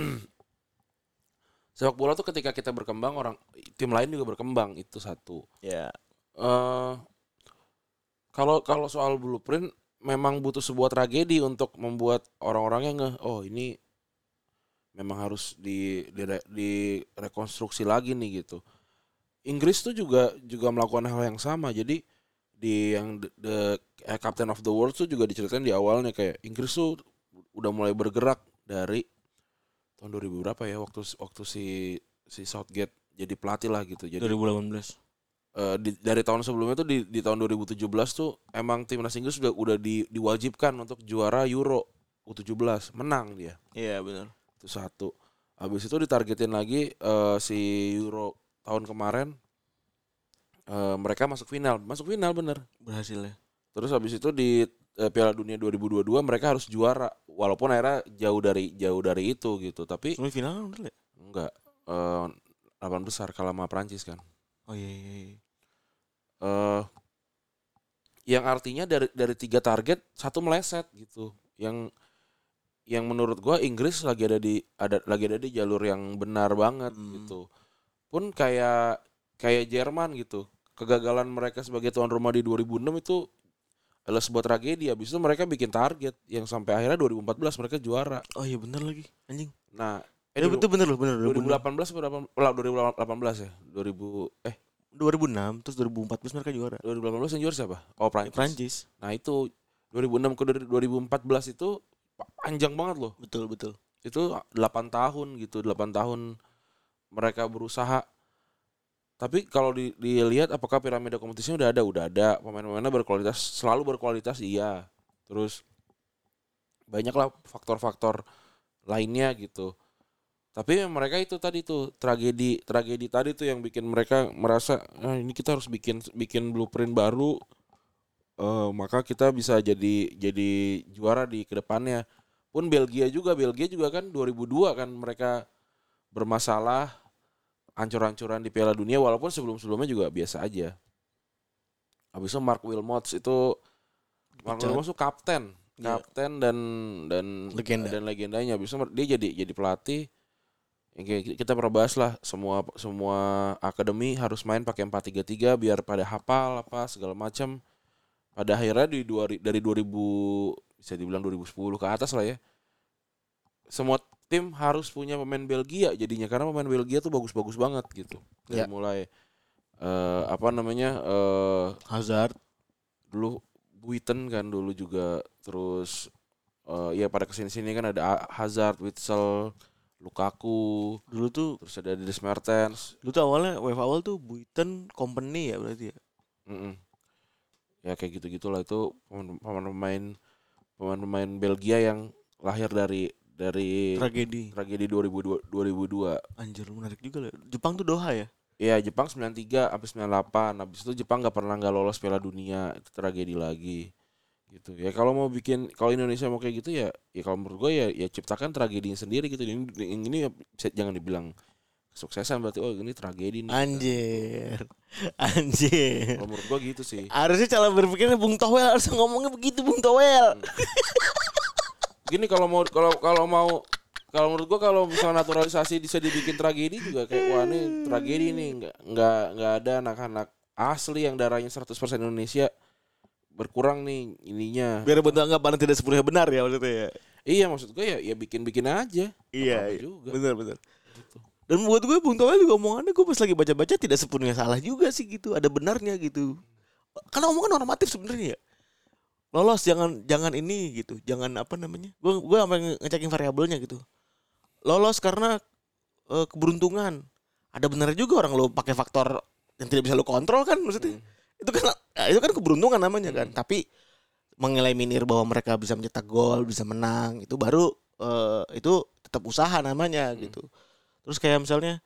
[SPEAKER 3] sepak bola tuh ketika kita berkembang orang tim lain juga berkembang itu satu.
[SPEAKER 2] Ya. Yeah.
[SPEAKER 3] Uh, kalau kalau soal blueprint memang butuh sebuah tragedi untuk membuat orang-orangnya nge oh ini memang harus di di, di rekonstruksi lagi nih gitu. Inggris tuh juga juga melakukan hal yang sama. Jadi di yang the, the eh, Captain of the World tuh juga diceritain di awalnya kayak Inggris tuh udah mulai bergerak dari tahun dua ribu berapa ya waktu waktu si si Southgate jadi pelatih lah gitu. Jadi
[SPEAKER 2] dua ribu delapan belas.
[SPEAKER 3] Uh, di, dari tahun sebelumnya tuh di di tahun dua ribu tujuh belas tuh emang timnas Inggris udah udah di, diwajibkan untuk juara Euro U tujuh belas, menang dia.
[SPEAKER 2] Iya, benar.
[SPEAKER 3] Itu satu. Habis itu ditargetin lagi uh, si Euro tahun kemarin uh, mereka masuk final, masuk final bener.
[SPEAKER 2] Berhasil ya.
[SPEAKER 3] Terus habis itu di uh, Piala Dunia dua ribu dua puluh dua mereka harus juara, walaupun akhirnya jauh dari jauh dari itu gitu. Tapi
[SPEAKER 2] semifinal bener ya?
[SPEAKER 3] Enggak, uh, delapan besar kalah sama Prancis kan.
[SPEAKER 2] Oh iya iya. iya.
[SPEAKER 3] Uh, yang artinya dari dari tiga target satu meleset gitu. Yang yang menurut gua Inggris lagi ada di ada lagi ada di jalur yang benar banget hmm. gitu. Pun kayak kayak Jerman gitu. Kegagalan mereka sebagai tuan rumah di dua ribu enam itu adalah sebuah tragedi. Habis itu mereka bikin target yang sampai akhirnya dua ribu empat belas mereka juara.
[SPEAKER 2] Oh iya benar lagi anjing.
[SPEAKER 3] Nah,
[SPEAKER 2] eh, itu betul benar loh benar.
[SPEAKER 3] dua ribu delapan belas berapa? dua ribu delapan belas ya? dua ribu eh
[SPEAKER 2] dua ribu enam terus dua ribu empat belas mereka juara.
[SPEAKER 3] dua ribu delapan belas yang juara siapa? Oh, Prancis.
[SPEAKER 2] Prancis.
[SPEAKER 3] Nah, itu dua ribu enam ke dua ribu empat belas itu panjang banget loh.
[SPEAKER 2] Betul, betul.
[SPEAKER 3] Itu delapan tahun gitu, delapan tahun mereka berusaha. Tapi kalau di, dilihat apakah piramida kompetisinya udah ada? Udah ada. Pemain-pemainnya berkualitas, selalu berkualitas iya. Terus banyaklah faktor-faktor lainnya gitu. Tapi mereka itu tadi tuh tragedi tragedi tadi tuh yang bikin mereka merasa ah, ini kita harus bikin bikin blueprint baru uh, maka kita bisa jadi jadi juara di kedepannya. Pun Belgia juga Belgia juga kan dua ribu dua kan mereka bermasalah ancur-ancuran di Piala Dunia walaupun sebelum-sebelumnya juga biasa aja. Habis itu Mark Wilmots itu Mark Wilmots itu kapten, kapten dan dan
[SPEAKER 2] legenda.
[SPEAKER 3] dan legendanya. Habis itu dia jadi jadi pelatih. Kita pernah bahas lah semua semua akademi harus main pakai empat tiga tiga biar pada hafal apa segala macam. Pada akhirnya di dua, dari dua ribu bisa dibilang dua ribu sepuluh ke atas lah ya. Semua tim harus punya pemain Belgia jadinya karena pemain Belgia tuh bagus-bagus banget gitu. Dari ya. mulai uh, apa namanya uh,
[SPEAKER 2] Hazard
[SPEAKER 3] dulu Buiten kan dulu juga terus uh, ya pada kesini-sini kan ada Hazard, Witsel, Lukaku,
[SPEAKER 2] dulu tuh
[SPEAKER 3] terus ada Dries Mertens.
[SPEAKER 2] Dulu tuh awalnya wave awal tuh Buiten Company ya berarti ya.
[SPEAKER 3] Mm-mm. Ya kayak gitu-gitulah itu pemain-pemain pemain-pemain Belgia yang lahir dari dari
[SPEAKER 2] tragedi
[SPEAKER 3] tragedi dua ribu dua, dua ribu dua.
[SPEAKER 2] Anjir menarik juga lah. Jepang tuh Doha ya?
[SPEAKER 3] Iya Jepang sembilan puluh tiga sampai sembilan puluh delapan. Habis itu Jepang enggak pernah enggak lolos Piala Dunia. Itu tragedi lagi. Gitu. Ya kalau mau bikin kalau Indonesia mau kayak gitu ya ya kalau menurut gue ya ya ciptakan tragedinya sendiri gitu. Ini ini bisa jangan dibilang kesuksesan berarti oh ini tragedi nih.
[SPEAKER 2] Anjir. Anjir.
[SPEAKER 3] Kalau menurut gua gitu sih.
[SPEAKER 2] Harusnya cara berpikirnya Bung Towel harus ngomongnya begitu Bung Towel. Hmm.
[SPEAKER 3] Gini kalau mau kalau kalau mau kalau menurut gua kalau misalnya naturalisasi bisa dibikin tragedi juga kayak wah ini tragedi nih enggak enggak enggak ada anak-anak asli yang darahnya seratus persen Indonesia berkurang nih ininya.
[SPEAKER 2] Biar bentuk anggapan tidak sepenuhnya benar ya maksudnya ya.
[SPEAKER 3] Iya maksud gue ya ya bikin-bikin aja.
[SPEAKER 2] Iya, iya. Juga. Bener bener. Gitu. Dan buat gue Bung Towel juga omongannya gue pas lagi baca-baca tidak sepenuhnya salah juga sih gitu. Ada benarnya gitu. Karena omongan normatif sebenarnya ya. Lolos jangan jangan ini gitu. Jangan apa namanya. Gue gue sampai ngecekin variabelnya gitu. Lolos karena e, keberuntungan. Ada benarnya juga orang lo pakai faktor yang tidak bisa lo kontrol kan maksudnya. Hmm. Itu kan ya, itu kan keberuntungan namanya kan. Hmm. Tapi mengeliminir bahwa mereka bisa mencetak gol, bisa menang, itu baru uh, itu tetap usaha namanya hmm. gitu. Terus kayak misalnya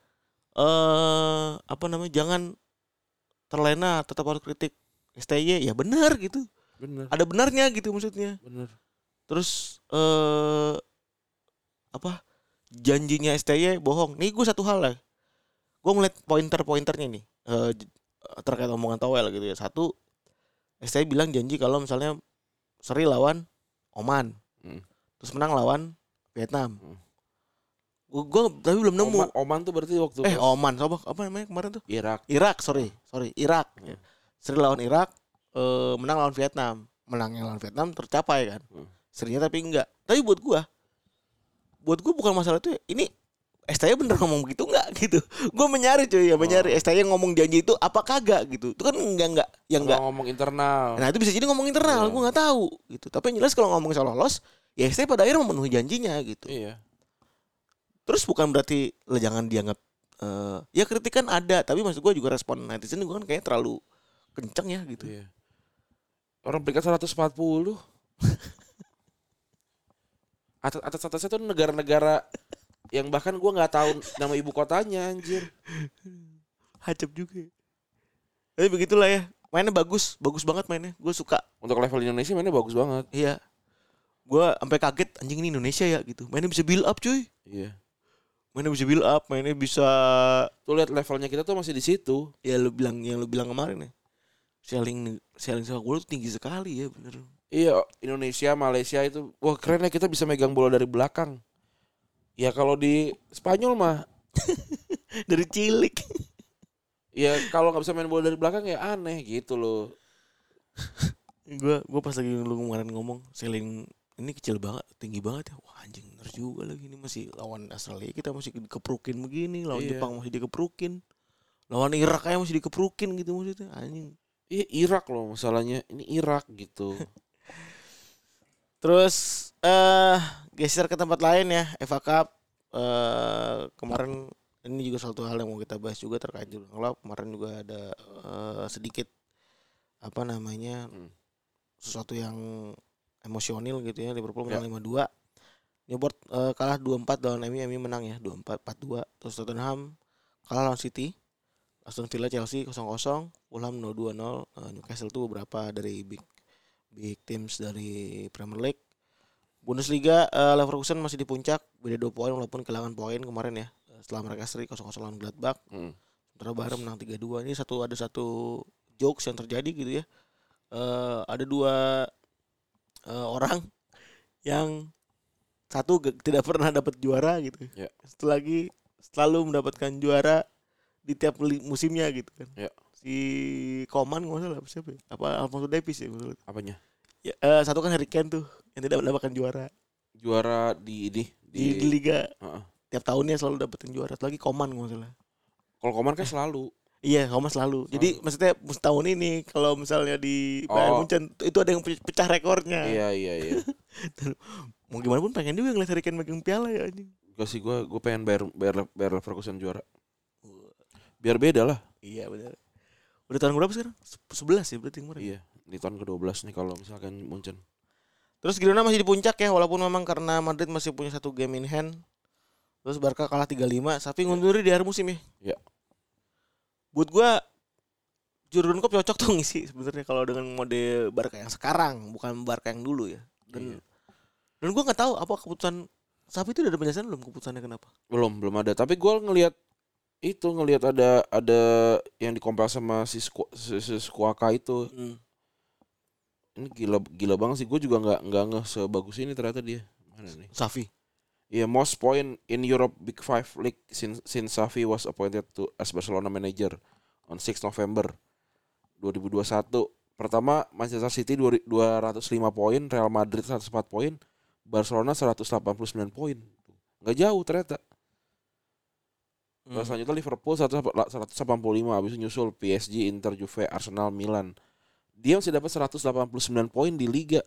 [SPEAKER 2] uh, apa namanya jangan terlena, tetap harus kritik S T Y, ya benar gitu.
[SPEAKER 3] Benar.
[SPEAKER 2] Ada benarnya gitu maksudnya.
[SPEAKER 3] Benar.
[SPEAKER 2] Terus uh, apa janjinya S T Y bohong. Nih gue satu hal lah. Gue ngeliat pointer-pointernya nih uh, terkait omongan Towel gitu ya. Satu, S T Y bilang janji kalau misalnya seri lawan Oman, hmm. terus menang lawan Vietnam. Hmm. Gue tapi belum nemu.
[SPEAKER 3] Oman, Oman tuh berarti waktu
[SPEAKER 2] eh Oman, coba apa namanya kemarin tuh?
[SPEAKER 3] Irak.
[SPEAKER 2] Irak, sorry, sorry, Irak. Hmm. Seri lawan Irak, eh, menang lawan Vietnam. Menangnya lawan Vietnam tercapai kan. Hmm. Serinya tapi enggak. Tapi buat gue, buat gue bukan masalah itu. Ya. Ini S T Y bener ngomong begitu enggak gitu. Gue menyari cuy, ya menyari oh. S T Y ngomong janji itu apa kagak gitu. Itu kan enggak enggak yang enggak
[SPEAKER 3] ngomong internal.
[SPEAKER 2] Nah, itu bisa jadi ngomong internal, yeah. Gue enggak tahu gitu. Tapi yang jelas kalau ngomong soal lolos, ya S T Y pada akhirnya memenuhi janjinya gitu.
[SPEAKER 3] Iya.
[SPEAKER 2] Terus bukan berarti lo jangan dianggap uh, ya kritikan ada, tapi maksud gue juga respon netizen gue kan kayaknya terlalu kenceng ya gitu.
[SPEAKER 3] Iya. Orang peringkat seratus empat puluh. Atas-atasnya tuh negara-negara yang bahkan gue nggak tahu nama ibu kotanya anjir.
[SPEAKER 2] Hacep juga. Tapi begitulah ya. Mainnya bagus, bagus banget mainnya. Gue suka.
[SPEAKER 3] Untuk level Indonesia mainnya bagus banget.
[SPEAKER 2] Iya. Gue sampai kaget anjing ini Indonesia ya gitu. Mainnya bisa build up cuy.
[SPEAKER 3] Iya.
[SPEAKER 2] Mainnya bisa build up, mainnya bisa.
[SPEAKER 3] Tuh lihat levelnya kita tuh masih di situ.
[SPEAKER 2] Ya lu bilang yang lu bilang kemarin ya. Selling selling sepak bola tuh tinggi sekali ya bener.
[SPEAKER 3] Iya Indonesia, Malaysia itu wah keren ya kita bisa megang bola dari belakang. Ya kalau di Spanyol mah
[SPEAKER 2] dari cilik.
[SPEAKER 3] Ya kalau nggak bisa main bola dari belakang ya aneh gitu loh.
[SPEAKER 2] Gue gue pas lagi lu kemarin ngomong selling ini kecil banget, tinggi banget ya. Wah anjing bener juga lagi ini masih lawan Australia kita masih dikeprukin begini, lawan iya. Jepang masih dikeprukin, lawan Irak kayak masih dikeprukin gitu maksudnya anjing.
[SPEAKER 3] Iya Irak loh masalahnya ini Irak gitu.
[SPEAKER 2] Terus eh uh, geser ke tempat lain ya, F A Cup uh, kemarin ini juga satu hal yang mau kita bahas juga terkait Jurgen Klopp. Kemarin juga ada uh, sedikit apa namanya hmm. sesuatu yang emosional gitu ya. Liverpool menang lima dua. Newport uh, kalah dua empat lawan M U, M U menang ya dua empat empat dua. Terus Tottenham kalah lawan City. Aston Villa Chelsea nol nol, Fulham nol dua nol, uh, Newcastle tuh beberapa dari big big teams dari Premier League. Bundesliga uh, Leverkusen masih di puncak, beda dua poin walaupun kehilangan poin kemarin ya. Setelah mereka seri nol nol lawan Gladbach. Hmm. Sementara Bayern menang tiga dua. Ini satu ada satu jokes yang terjadi gitu ya. Uh, ada dua uh, orang yang satu g- tidak pernah dapat juara gitu. Yeah. Setelah lagi selalu mendapatkan juara di tiap musimnya gitu kan. Ya. Si Koman nggak salah siapa ya? Apa Alfonso Davies ya maksudnya.
[SPEAKER 3] Apanya?
[SPEAKER 2] Ya, uh, satu kan Harry Kane tuh yang tidak mendapatkan juara.
[SPEAKER 3] Juara di ini
[SPEAKER 2] di, di liga.
[SPEAKER 3] Uh-uh.
[SPEAKER 2] Tiap tahunnya selalu dapetin juara. Lagi Koman nggak salah.
[SPEAKER 3] Kalau Koman kan selalu.
[SPEAKER 2] Iya, Koman selalu. selalu. Jadi maksudnya tahun ini kalau misalnya di Bayern oh. Munchen itu ada yang pecah rekornya.
[SPEAKER 3] Iya iya iya.
[SPEAKER 2] Mau gimana pun pengen juga ngeliat Harry Kane megang piala ya anjing.
[SPEAKER 3] Gak sih gue gue pengen Bayern Bayern Bayern Leverkusen juara. Biar beda lah.
[SPEAKER 2] Iya benar. Udah tahun berapa sekarang? sebelas ya berarti kemarin.
[SPEAKER 3] Iya, di tahun kedua belas nih kalau misalkan Munchen.
[SPEAKER 2] Terus Girona masih di puncak ya, walaupun memang karena Madrid masih punya satu game in hand. Terus Barca kalah tiga lima, tapi ngunduri di akhir musim ya. Iya. Buat gua Jurgen Klopp cocok tuh ngisi sebenarnya kalau dengan mode Barca yang sekarang, bukan Barca yang dulu ya. Dan iya. Dan gua enggak tahu apa keputusan Sapi itu udah ada penjelasan belum keputusannya kenapa?
[SPEAKER 3] Belum, belum ada. Tapi gua ngelihat itu ngelihat ada ada yang dikompel sama si Sku, si, si Skuaka itu. Hmm. Ini gila gila banget sih. Gue juga nggak nggak ngeh sebagus ini ternyata dia. Mana nih?
[SPEAKER 2] Xavi.
[SPEAKER 3] Iya, yeah, most point in Europe Big Five League since since Xavi was appointed to as Barcelona manager on sixth November dua ribu dua puluh satu. Pertama Manchester City dua ratus lima poin, Real Madrid seratus empat poin, Barcelona seratus delapan puluh sembilan poin. Nggak jauh ternyata. Hmm. Selanjutnya Liverpool seratus delapan puluh lima, habis itu nyusul P S G, Inter, Juve, Arsenal, Milan. Dia masih dapat seratus delapan puluh sembilan poin di liga.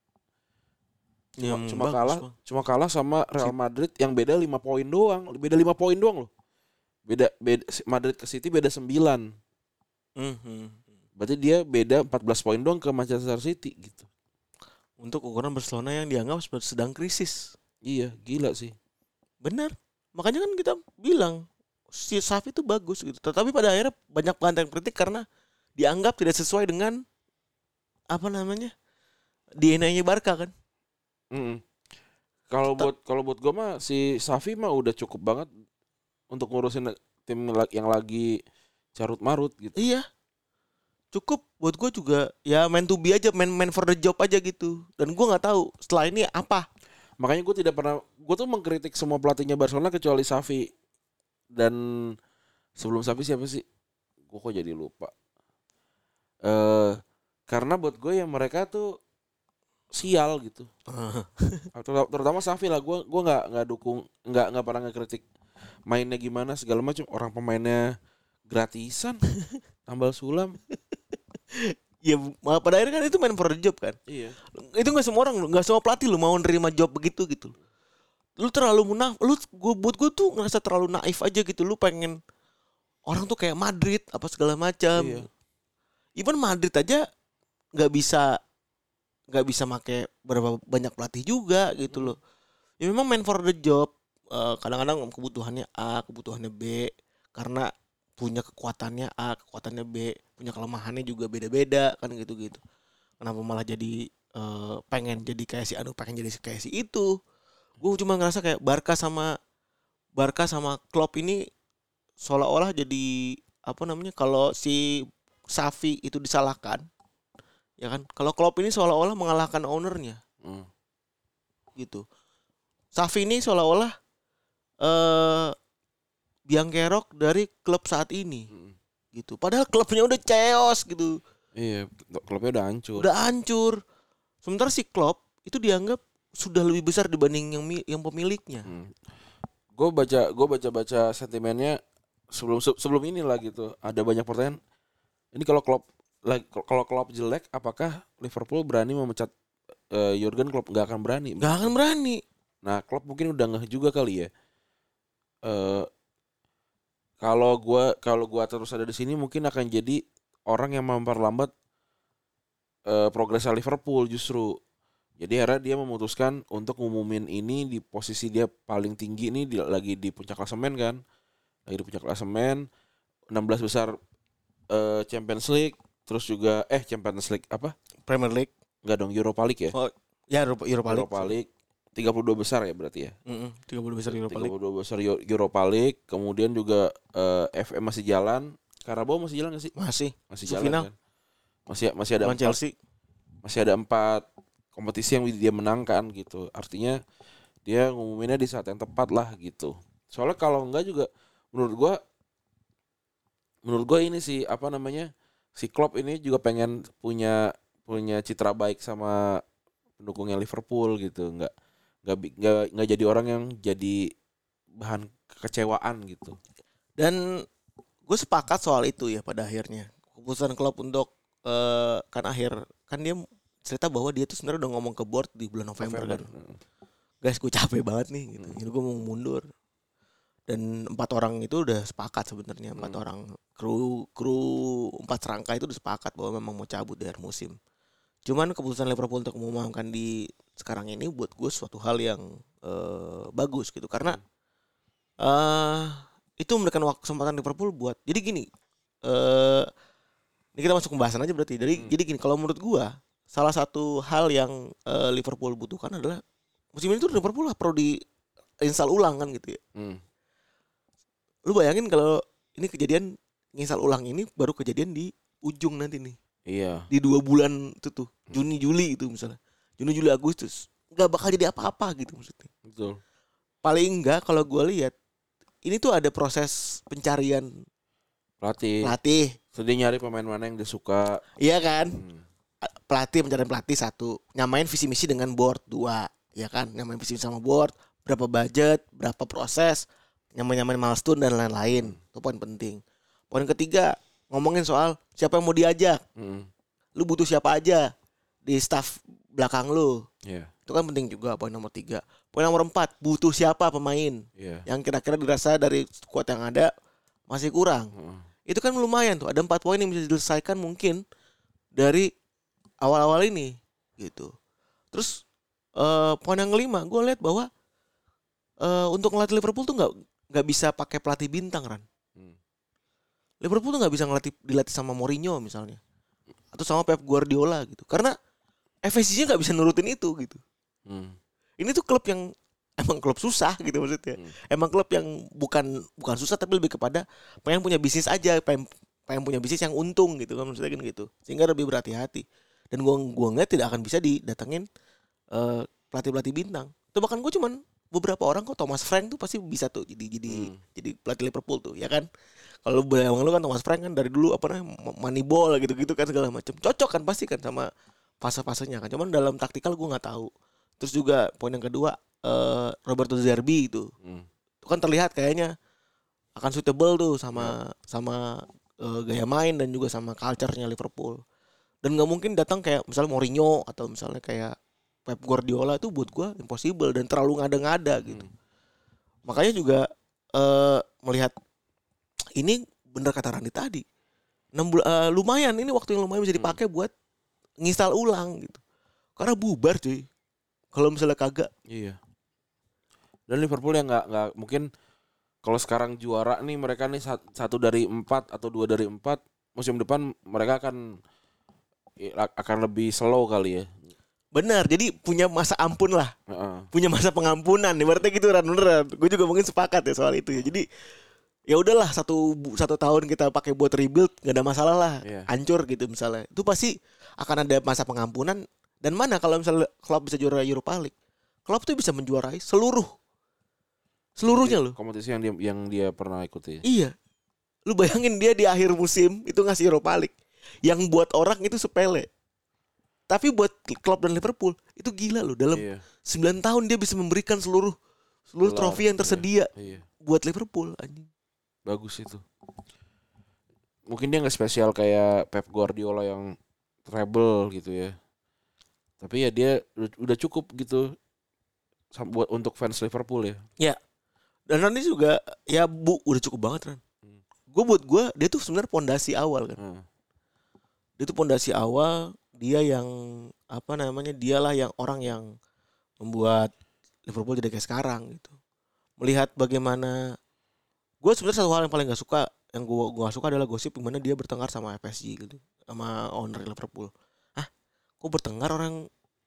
[SPEAKER 3] Cuma, hmm, cuma bagus, kalah bang. cuma kalah sama Real Madrid yang beda lima poin doang. Beda lima poin doang loh. Beda beda Madrid ke City beda sembilan. Hmm. Berarti dia beda empat belas poin doang ke Manchester City gitu.
[SPEAKER 2] Untuk ukuran Barcelona yang dianggap sedang krisis.
[SPEAKER 3] Iya, gila sih.
[SPEAKER 2] Benar. Makanya kan kita bilang si Xavi itu bagus gitu. Tetapi pada akhirnya banyak banget yang kritik karena dianggap tidak sesuai dengan apa namanya? D N A-nya Barca kan.
[SPEAKER 3] Mm-hmm. Kalau buat kalau buat gue mah si Xavi mah udah cukup banget untuk ngurusin tim yang lagi carut marut gitu.
[SPEAKER 2] Iya, cukup buat gue juga ya main to be aja, main main for the job aja gitu. Dan gue nggak tahu setelah ini apa.
[SPEAKER 3] Makanya gue tidak pernah, gue tuh mengkritik semua pelatihnya Barcelona kecuali Xavi. Dan sebelum Xavi siapa sih? Gue kok jadi lupa. Uh, karena buat gue ya mereka tuh sial gitu. Terutama Xavi lah, gue gue nggak nggak dukung, nggak nggak pernah ngekritik mainnya gimana segala macam. Orang pemainnya gratisan, tambal sulam.
[SPEAKER 2] Ya pada akhirnya kan itu main for the job kan.
[SPEAKER 3] Iya.
[SPEAKER 2] Itu nggak semua orang, nggak semua pelatih lu mau nerima job begitu gitu. Lu terlalu munaf, lu gue buat gue tuh ngerasa terlalu naif aja gitu. Lu pengen orang tuh kayak Madrid apa segala macam. Iya. Even Madrid aja nggak bisa nggak bisa make berapa banyak pelatih juga gitu loh. Ya memang main for the job. Uh, kadang-kadang kebutuhannya A, kebutuhannya B, karena punya kekuatannya A, kekuatannya B, punya kelemahannya juga beda-beda kan gitu-gitu. Kenapa malah jadi uh, pengen jadi kayak si Anu, pengen jadi kayak si itu. Gue cuma ngerasa kayak Barca sama Barca sama Klopp ini seolah-olah jadi apa namanya, kalau si Xavi itu disalahkan, ya kan? Kalau Klopp ini seolah-olah mengalahkan ownernya, hmm. gitu. Xavi ini seolah-olah uh, biang kerok dari klub saat ini, hmm. gitu. Padahal klubnya udah chaos gitu.
[SPEAKER 3] Iya, klubnya udah hancur.
[SPEAKER 2] Udah hancur. Sementara si Klopp itu dianggap sudah lebih besar dibanding yang yang pemiliknya. Hmm.
[SPEAKER 3] Gue baca, gue baca-baca sentimennya sebelum sebelum inilah gitu. Ada banyak pertanyaan. Ini kalau Klopp Like, kalau Klopp jelek, apakah Liverpool berani memecat uh, Jurgen Klopp? Gak akan berani.
[SPEAKER 2] Gak akan berani.
[SPEAKER 3] Nah, Klopp mungkin udah ngeh juga kali ya. Uh, kalau gua kalau gua terus ada di sini, mungkin akan jadi orang yang memperlambat uh, progres Liverpool justru. Jadi akhirnya dia memutuskan untuk ngumumin ini di posisi dia paling tinggi nih, di, lagi di puncak klasemen kan, lagi di puncak klasemen, enam belas besar uh, Champions League. Terus juga eh Champions League apa?
[SPEAKER 2] Premier League.
[SPEAKER 3] Enggak dong, Europa League ya?
[SPEAKER 2] Oh, ya Europa, Europa League.
[SPEAKER 3] Europa League. tiga puluh dua besar ya berarti ya?
[SPEAKER 2] Mm-hmm. tiga puluh dua besar Europa League.
[SPEAKER 3] tiga puluh dua besar Europa League, kemudian juga uh, F M masih jalan. Carabao masih jalan enggak sih?
[SPEAKER 2] Masih.
[SPEAKER 3] Masih jalan kan? Masih masih ada empat.
[SPEAKER 2] Chelsea.
[SPEAKER 3] Masih ada empat kompetisi yang dia menangkan gitu. Artinya dia ngumuminnya di saat yang tepat lah gitu. Soalnya kalau enggak juga menurut gua menurut gua ini sih apa namanya? Si Klopp ini juga pengen punya punya citra baik sama pendukungnya Liverpool gitu, nggak nggak nggak nggak jadi orang yang jadi bahan kekecewaan gitu.
[SPEAKER 2] Dan gue sepakat soal itu ya pada akhirnya keputusan Klopp untuk uh, kan akhir kan dia cerita bahwa dia tuh sebenarnya udah ngomong ke board di bulan November, November. kan, guys gue capek banget nih gitu, jadi gue mau mundur. Dan empat orang itu udah sepakat sebenarnya, empat hmm. orang kru kru empat serangka itu udah sepakat bahwa memang mau cabut dari musim. Cuman keputusan Liverpool untuk mengumumkan di sekarang ini buat gue suatu hal yang uh, bagus gitu, karena uh, itu memberikan waktu kesempatan Liverpool buat. Jadi gini, uh, ini kita masuk pembahasan aja berarti. Jadi hmm. jadi gini, kalau menurut gue salah satu hal yang uh, Liverpool butuhkan adalah musim ini tuh Liverpool lah perlu di install ulang kan gitu ya. Hmm. Lu bayangin kalau ini kejadian nginstal ulang ini baru kejadian di ujung nanti nih.
[SPEAKER 3] Iya.
[SPEAKER 2] Di dua bulan itu tuh, Juni Juli itu misalnya. Juni Juli Agustus nggak bakal jadi apa-apa gitu maksudnya.
[SPEAKER 3] Betul.
[SPEAKER 2] Paling enggak kalau gue lihat ini tuh ada proses pencarian
[SPEAKER 3] pelatih.
[SPEAKER 2] Pelatih.
[SPEAKER 3] Sedih nyari pemain mana yang dia suka.
[SPEAKER 2] Iya kan?
[SPEAKER 3] Hmm.
[SPEAKER 2] Pelatih pencarian pelatih satu, nyamain visi misi dengan board dua, ya kan? Nyamain visi misi sama board, berapa budget, berapa proses, nyamain-nyamain milestone dan lain-lain. Itu poin penting. Poin ketiga, ngomongin soal siapa yang mau diajak. Hmm. Lu butuh siapa aja di staff belakang lu. Yeah. Itu kan penting juga poin nomor tiga. Poin nomor empat, butuh siapa pemain yeah. yang kira-kira dirasa dari squad yang ada masih kurang. Hmm. Itu kan lumayan tuh. Ada empat poin yang bisa diselesaikan mungkin dari awal-awal ini gitu. Terus uh, poin yang kelima, gue lihat bahwa uh, untuk ngelatih Liverpool tuh nggak nggak bisa pakai pelatih bintang, Ran. Hmm. Liverpool tuh nggak bisa ngelatih dilatih sama Mourinho misalnya, atau sama Pep Guardiola gitu. Karena efisiensinya nggak bisa nurutin itu gitu. Hmm. Ini tuh klub yang emang klub susah gitu maksudnya. Hmm. Emang klub yang bukan bukan susah tapi lebih kepada pengen punya bisnis aja, pengen, pengen punya bisnis yang untung gitu kan maksudnya kan gitu. Sehingga lebih berhati-hati. Dan gua gua ngeliat tidak akan bisa didatengin uh, pelatih-pelatih bintang. Tuh bahkan gua cuman beberapa orang kok Thomas Frank tuh pasti bisa tuh jadi jadi hmm. jadi pelatih Liverpool tuh ya kan. Kalau bayang lu kan Thomas Frank kan dari dulu apa namanya Moneyball gitu-gitu kan segala macam. Cocok kan pasti kan sama fase-fasenya kan. Cuman dalam taktikal gua enggak tahu. Terus juga poin yang kedua uh, Roberto De Zerbi itu. Hmm. Itu kan terlihat kayaknya akan suitable tuh sama yeah. sama uh, gaya main dan juga sama culture-nya Liverpool. Dan nggak mungkin datang kayak misalnya Mourinho atau misalnya kayak Pep Guardiola itu buat gue impossible dan terlalu ngada-ngada gitu. Hmm. Makanya juga uh, melihat ini bener kata Randi tadi, enam bulan uh, lumayan ini waktu yang lumayan bisa dipakai hmm. buat nginstal ulang gitu. Karena bubar cuy. Kalau misalnya kagak.
[SPEAKER 3] Iya. Dan Liverpool yang nggak nggak mungkin kalau sekarang juara nih mereka nih satu dari empat atau dua dari empat musim depan mereka akan akan lebih slow kali ya.
[SPEAKER 2] Benar, jadi punya masa ampun lah, uh-uh. punya masa pengampunan. Ibaratnya gitu, Ran, beneran. Gue juga mungkin sepakat ya soal itu ya. Jadi ya udahlah satu satu tahun kita pakai buat rebuild, nggak ada masalah lah, yeah. hancur gitu misalnya. Itu pasti akan ada masa pengampunan. Dan mana kalau misalnya klub bisa juara Europa League, klub tuh bisa menjuarai seluruh, seluruhnya loh.
[SPEAKER 3] Kompetisi yang dia yang dia pernah ikuti.
[SPEAKER 2] Iya, lu bayangin dia di akhir musim itu ngasih Europa League. Yang buat orang itu sepele. Tapi buat klub dan Liverpool itu gila loh. Dalam iya. sembilan tahun dia bisa memberikan seluruh seluruh Gelar, trofi yang tersedia iya, iya. buat Liverpool anjing.
[SPEAKER 3] Bagus itu. Mungkin dia gak spesial kayak Pep Guardiola yang treble gitu ya. Tapi ya dia udah cukup gitu buat untuk fans Liverpool ya.
[SPEAKER 2] Ya. Dan nanti juga ya bu udah cukup banget kan. Hmm. Gue buat gue dia tuh sebenarnya pondasi awal kan. Hmm. Itu pondasi awal dia yang apa namanya dialah yang orang yang membuat Liverpool jadi kayak sekarang gitu. Melihat bagaimana gue sebenarnya satu hal yang paling gak suka yang gue gue gak suka adalah gosip gimana dia bertengkar sama F S G gitu sama owner Liverpool. Ah, kok bertengkar orang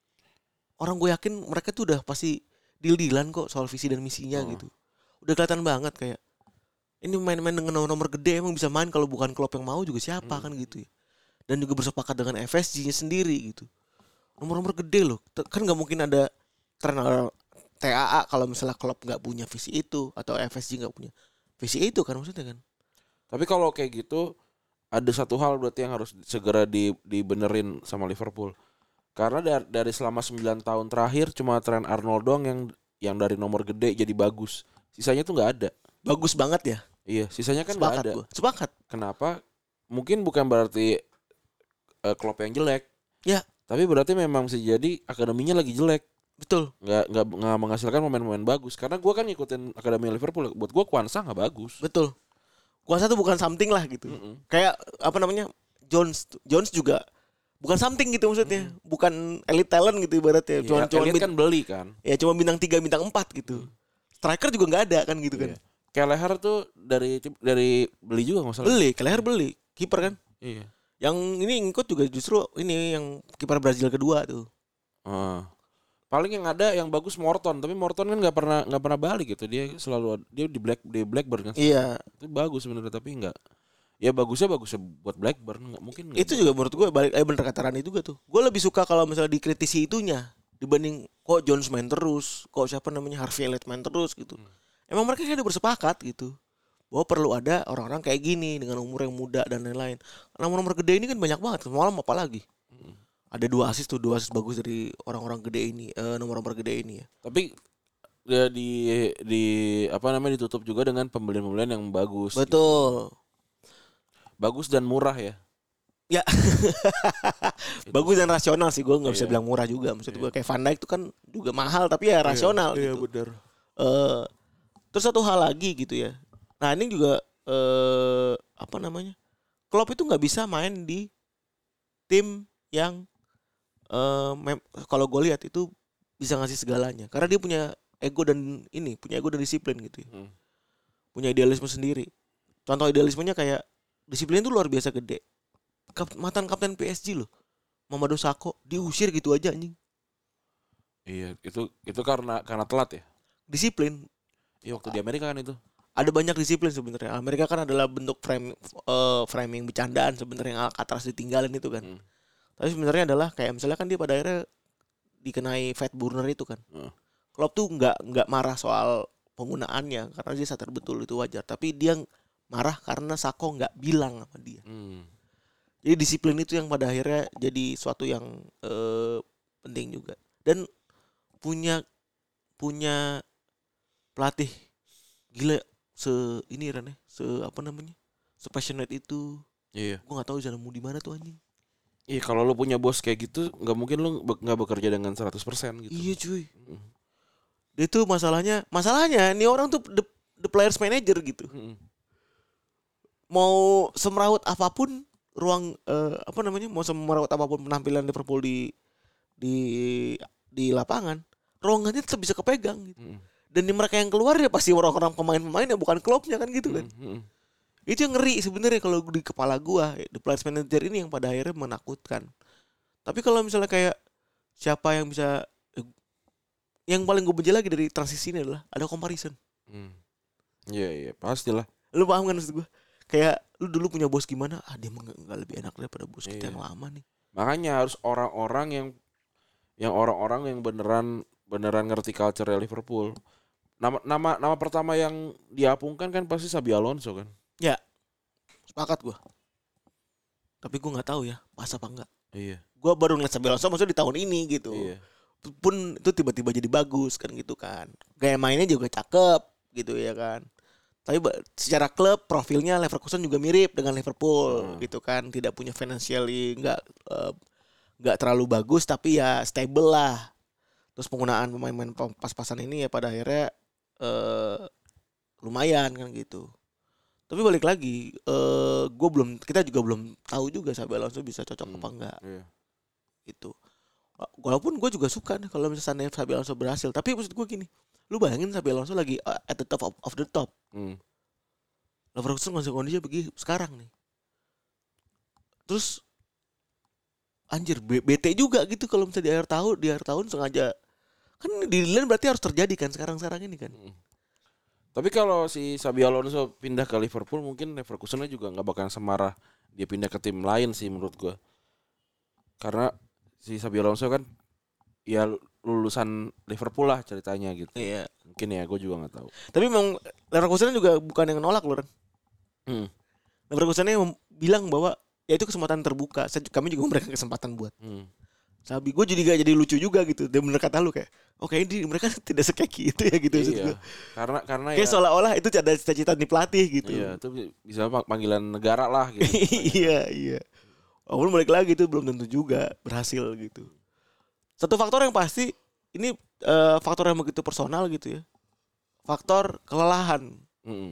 [SPEAKER 2] orang gue yakin mereka tuh udah pasti deal-dealan kok soal visi dan misinya oh. gitu. Udah kelihatan banget kayak ini main-main dengan nomor-nomor gede emang bisa main kalau bukan klub yang mau juga siapa hmm. kan gitu ya. Dan juga bersepakat dengan F S G-nya sendiri gitu. Nomor-nomor gede loh. Kan gak mungkin ada tren T A A kalau misalnya klub gak punya visi itu. Atau F S G gak punya visi itu kan maksudnya kan.
[SPEAKER 3] Tapi kalau kayak gitu ada satu hal berarti yang harus segera di, dibenerin sama Liverpool. Karena dari, dari selama sembilan tahun terakhir cuma Trent Arnold doang yang yang dari nomor gede jadi bagus. Sisanya tuh gak ada.
[SPEAKER 2] Bagus banget ya.
[SPEAKER 3] Iya sisanya kan
[SPEAKER 2] Sepakat
[SPEAKER 3] gak ada.
[SPEAKER 2] Gua. Sepakat.
[SPEAKER 3] Kenapa? Mungkin bukan berarti klub yang jelek,
[SPEAKER 2] ya.
[SPEAKER 3] Tapi berarti memang bisa jadi akademinya lagi jelek,
[SPEAKER 2] betul.
[SPEAKER 3] Nggak nggak nggak menghasilkan pemain-pemain bagus. Karena gue kan ngikutin akademi Liverpool, buat gue Kwanza nggak bagus.
[SPEAKER 2] Betul. Kwanza tuh bukan something lah gitu. Mm-mm. Kayak apa namanya Jones, Jones juga bukan something gitu maksudnya, mm. bukan elite talent gitu ibaratnya.
[SPEAKER 3] Ya, cuma cuma kan beli kan.
[SPEAKER 2] Ya cuma bintang tiga, bintang empat gitu. Mm. Striker juga nggak ada kan gitu kan.
[SPEAKER 3] Iya. Kelleher tuh dari dari beli juga nggak salah.
[SPEAKER 2] Beli, Kelleher beli, kiper kan.
[SPEAKER 3] Iya.
[SPEAKER 2] Yang ini ngikut juga justru ini yang kiper Brazil kedua tuh.
[SPEAKER 3] Uh. Paling yang ada yang bagus Morton, tapi Morton kan nggak pernah nggak pernah balik gitu. Dia selalu dia di Black di Blackburn kan.
[SPEAKER 2] Iya.
[SPEAKER 3] Itu bagus sebenarnya tapi nggak. Ya bagusnya bagusnya buat Blackburn nggak mungkin. Gak
[SPEAKER 2] itu buat. Juga menurut gue balik eh bener kata Rani juga tuh. Gue lebih suka kalau misalnya dikritisi itunya dibanding kok Jones main terus, kok siapa namanya Harvey Elliott main terus gitu. Hmm. Emang mereka kayak udah bersepakat gitu bahwa perlu ada orang-orang kayak gini dengan umur yang muda dan lain-lain. Nomor-nomor gede ini kan banyak banget. Semalam apa lagi? Hmm. Ada dua asis tuh, dua asis bagus dari orang-orang gede ini, eh, nomor-nomor gede ini ya.
[SPEAKER 3] Tapi ya di di apa namanya ditutup juga dengan pembelian-pembelian yang bagus.
[SPEAKER 2] Betul. Gitu.
[SPEAKER 3] Bagus dan murah ya.
[SPEAKER 2] Ya. Bagus dan rasional sih, gue nggak bisa
[SPEAKER 3] iya.
[SPEAKER 2] bilang murah juga. Maksud gue kayak Van Dijk itu kan juga mahal tapi ya rasional
[SPEAKER 3] iya,
[SPEAKER 2] gitu. Iya
[SPEAKER 3] benar.
[SPEAKER 2] Uh, terus satu hal lagi gitu ya. Nah ini juga uh, apa namanya? Klopp itu nggak bisa main di tim yang uh, mem- kalau gue lihat itu bisa ngasih segalanya. Karena dia punya ego dan ini punya ego dan disiplin gitu ya. Hmm. Punya idealisme sendiri. Contoh idealismenya kayak disiplin itu luar biasa gede. Kap- mantan kapten P S G loh, Mamadou Sakho diusir gitu aja anjing.
[SPEAKER 3] Iya, itu itu karena karena telat ya.
[SPEAKER 2] Disiplin.
[SPEAKER 3] Iya waktu di Amerika kan itu.
[SPEAKER 2] Ada banyak disiplin sebenarnya. Amerika kan adalah bentuk frame uh, framing bercandaan sebenarnya yang Alcatraz ditinggalin itu kan. Hmm. Tapi sebenarnya adalah kayak misalnya kan dia pada akhirnya dikenai fat burner itu kan. Hmm. Klopp tuh nggak nggak marah soal penggunaannya karena dia sadar betul itu wajar. Tapi dia marah karena Sakho nggak bilang sama dia. Hmm. Jadi disiplin itu yang pada akhirnya jadi suatu yang uh, penting juga. Dan punya punya pelatih gila se ini Ren ya, se apa namanya? Se passionate itu.
[SPEAKER 3] Iya.
[SPEAKER 2] Gue nggak tahu bisa nemu di mana tuh anjing.
[SPEAKER 3] Iya, kalau lu punya bos kayak gitu nggak mungkin lu nggak be- bekerja dengan seratus persen gitu.
[SPEAKER 2] Iya cuy. Mm. Itu masalahnya, masalahnya nih orang tuh the, the players manager gitu. Mm. Mau semrawut apapun ruang uh, apa namanya? Mau semrawut apapun penampilan Liverpool di di di lapangan, ruangannya tetap bisa kepegang gitu. Mm. Dan di mereka yang keluar ya pasti orang-orang pemain-pemain yang bukan klubnya kan gitu kan. Mm-hmm. Itu yang ngeri sebenarnya kalau di kepala gua, the players manager ini yang pada akhirnya menakutkan. Tapi kalau misalnya kayak siapa yang bisa, yang paling gue benci lagi dari transisi ini adalah ada comparison.
[SPEAKER 3] Iya mm. iya yeah, pastilah.
[SPEAKER 2] Lu paham kan maksud gua? Kayak lu dulu punya bos gimana? Ah dia mah nggak lebih enak daripada bos kita yeah. yang lama nih.
[SPEAKER 3] Makanya harus orang-orang yang yang orang-orang yang beneran beneran ngerti culture Liverpool. Nama nama nama pertama yang diapungkan kan pasti Xabi Alonso kan?
[SPEAKER 2] Ya, sepakat gue. Tapi gue nggak tahu ya pas apa enggak.
[SPEAKER 3] Iya.
[SPEAKER 2] Gue baru ngeliat Xabi Alonso maksudnya di tahun ini gitu.
[SPEAKER 3] Iya.
[SPEAKER 2] Pun itu tiba-tiba jadi bagus kan gitu kan. Gaya mainnya juga cakep gitu ya kan. Tapi secara klub profilnya Leverkusen juga mirip dengan Liverpool hmm. gitu kan. Tidak punya financially nggak uh, nggak terlalu bagus tapi ya stable lah. Terus penggunaan pemain-pemain pas-pasan ini ya pada akhirnya Uh, lumayan kan gitu. Tapi balik lagi, uh, gue belum, kita juga belum tahu juga Xabi Alonso bisa cocok hmm, apa enggak. Iya. Itu. Walaupun gue juga suka nih kalau misalnya Xabi Alonso berhasil. Tapi maksud gue gini, lu bayangin Xabi Alonso lagi uh, at the top of, of the top. Hmm. Leverkusen masih kondisinya begini sekarang nih. Terus anjir B T juga gitu kalau misalnya di akhir tahun, di akhir tahun sengaja. Kan di Lille berarti harus terjadi kan sekarang-sekarang ini kan. Hmm.
[SPEAKER 3] Tapi kalau si Xabi Alonso pindah ke Liverpool mungkin Leverkusennya juga nggak bakal semarah dia pindah ke tim lain sih menurut gue. Karena si Xabi Alonso kan ya lulusan Liverpool lah ceritanya gitu.
[SPEAKER 2] Iya.
[SPEAKER 3] Mungkin ya gue juga nggak tahu.
[SPEAKER 2] Tapi memang Leverkusen juga bukan yang nolak loh. Hmm. Leverkusennya bilang bahwa ya itu kesempatan terbuka. Kami juga memberikan kesempatan buat. Hmm. Sabi gue jadi gak jadi lucu juga gitu. Dia bener kata lu kayak oke okay, ini mereka tidak sekeki itu ya gitu.
[SPEAKER 3] Iya. Karena karena
[SPEAKER 2] kayak ya seolah-olah itu ada cita-cita di pelatih gitu.
[SPEAKER 3] Iya itu bisa panggilan negara lah gitu.
[SPEAKER 2] Iya iya. Walaupun balik lagi itu belum tentu juga berhasil gitu. Satu faktor yang pasti ini uh, faktor yang begitu personal gitu ya. Faktor kelelahan. Mm-hmm.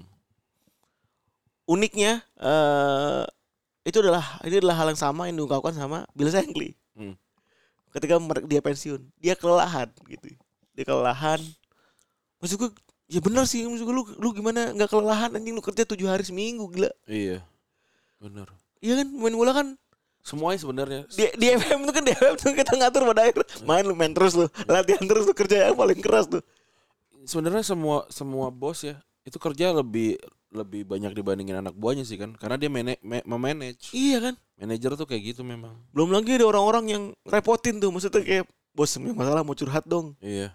[SPEAKER 2] Uniknya uh, itu adalah ini adalah hal yang sama yang diungkapkan sama Bill Shankly. Mm. Ketika dia pensiun, dia kelelahan gitu. Dia kelelahan. Maksud gue, ya benar sih. Maksud gue, lu, lu gimana nggak kelelahan anjing lu kerja tujuh hari seminggu gila.
[SPEAKER 3] Iya, benar.
[SPEAKER 2] Iya kan, main bola kan
[SPEAKER 3] Semuanya sebenarnya.
[SPEAKER 2] Di, di F M tuh kan di F M tuh kita ngatur pada akhir main lu main terus lu, latihan terus tuh, kerja yang paling keras tuh.
[SPEAKER 3] Sebenarnya semua semua bos ya itu kerja lebih lebih banyak dibandingin anak buahnya sih kan, karena dia manage, memanage.
[SPEAKER 2] Iya kan?
[SPEAKER 3] Manajer tuh kayak gitu memang.
[SPEAKER 2] Belum lagi ada orang-orang yang repotin tuh, maksudnya kayak bos punya masalah mau curhat dong.
[SPEAKER 3] Iya.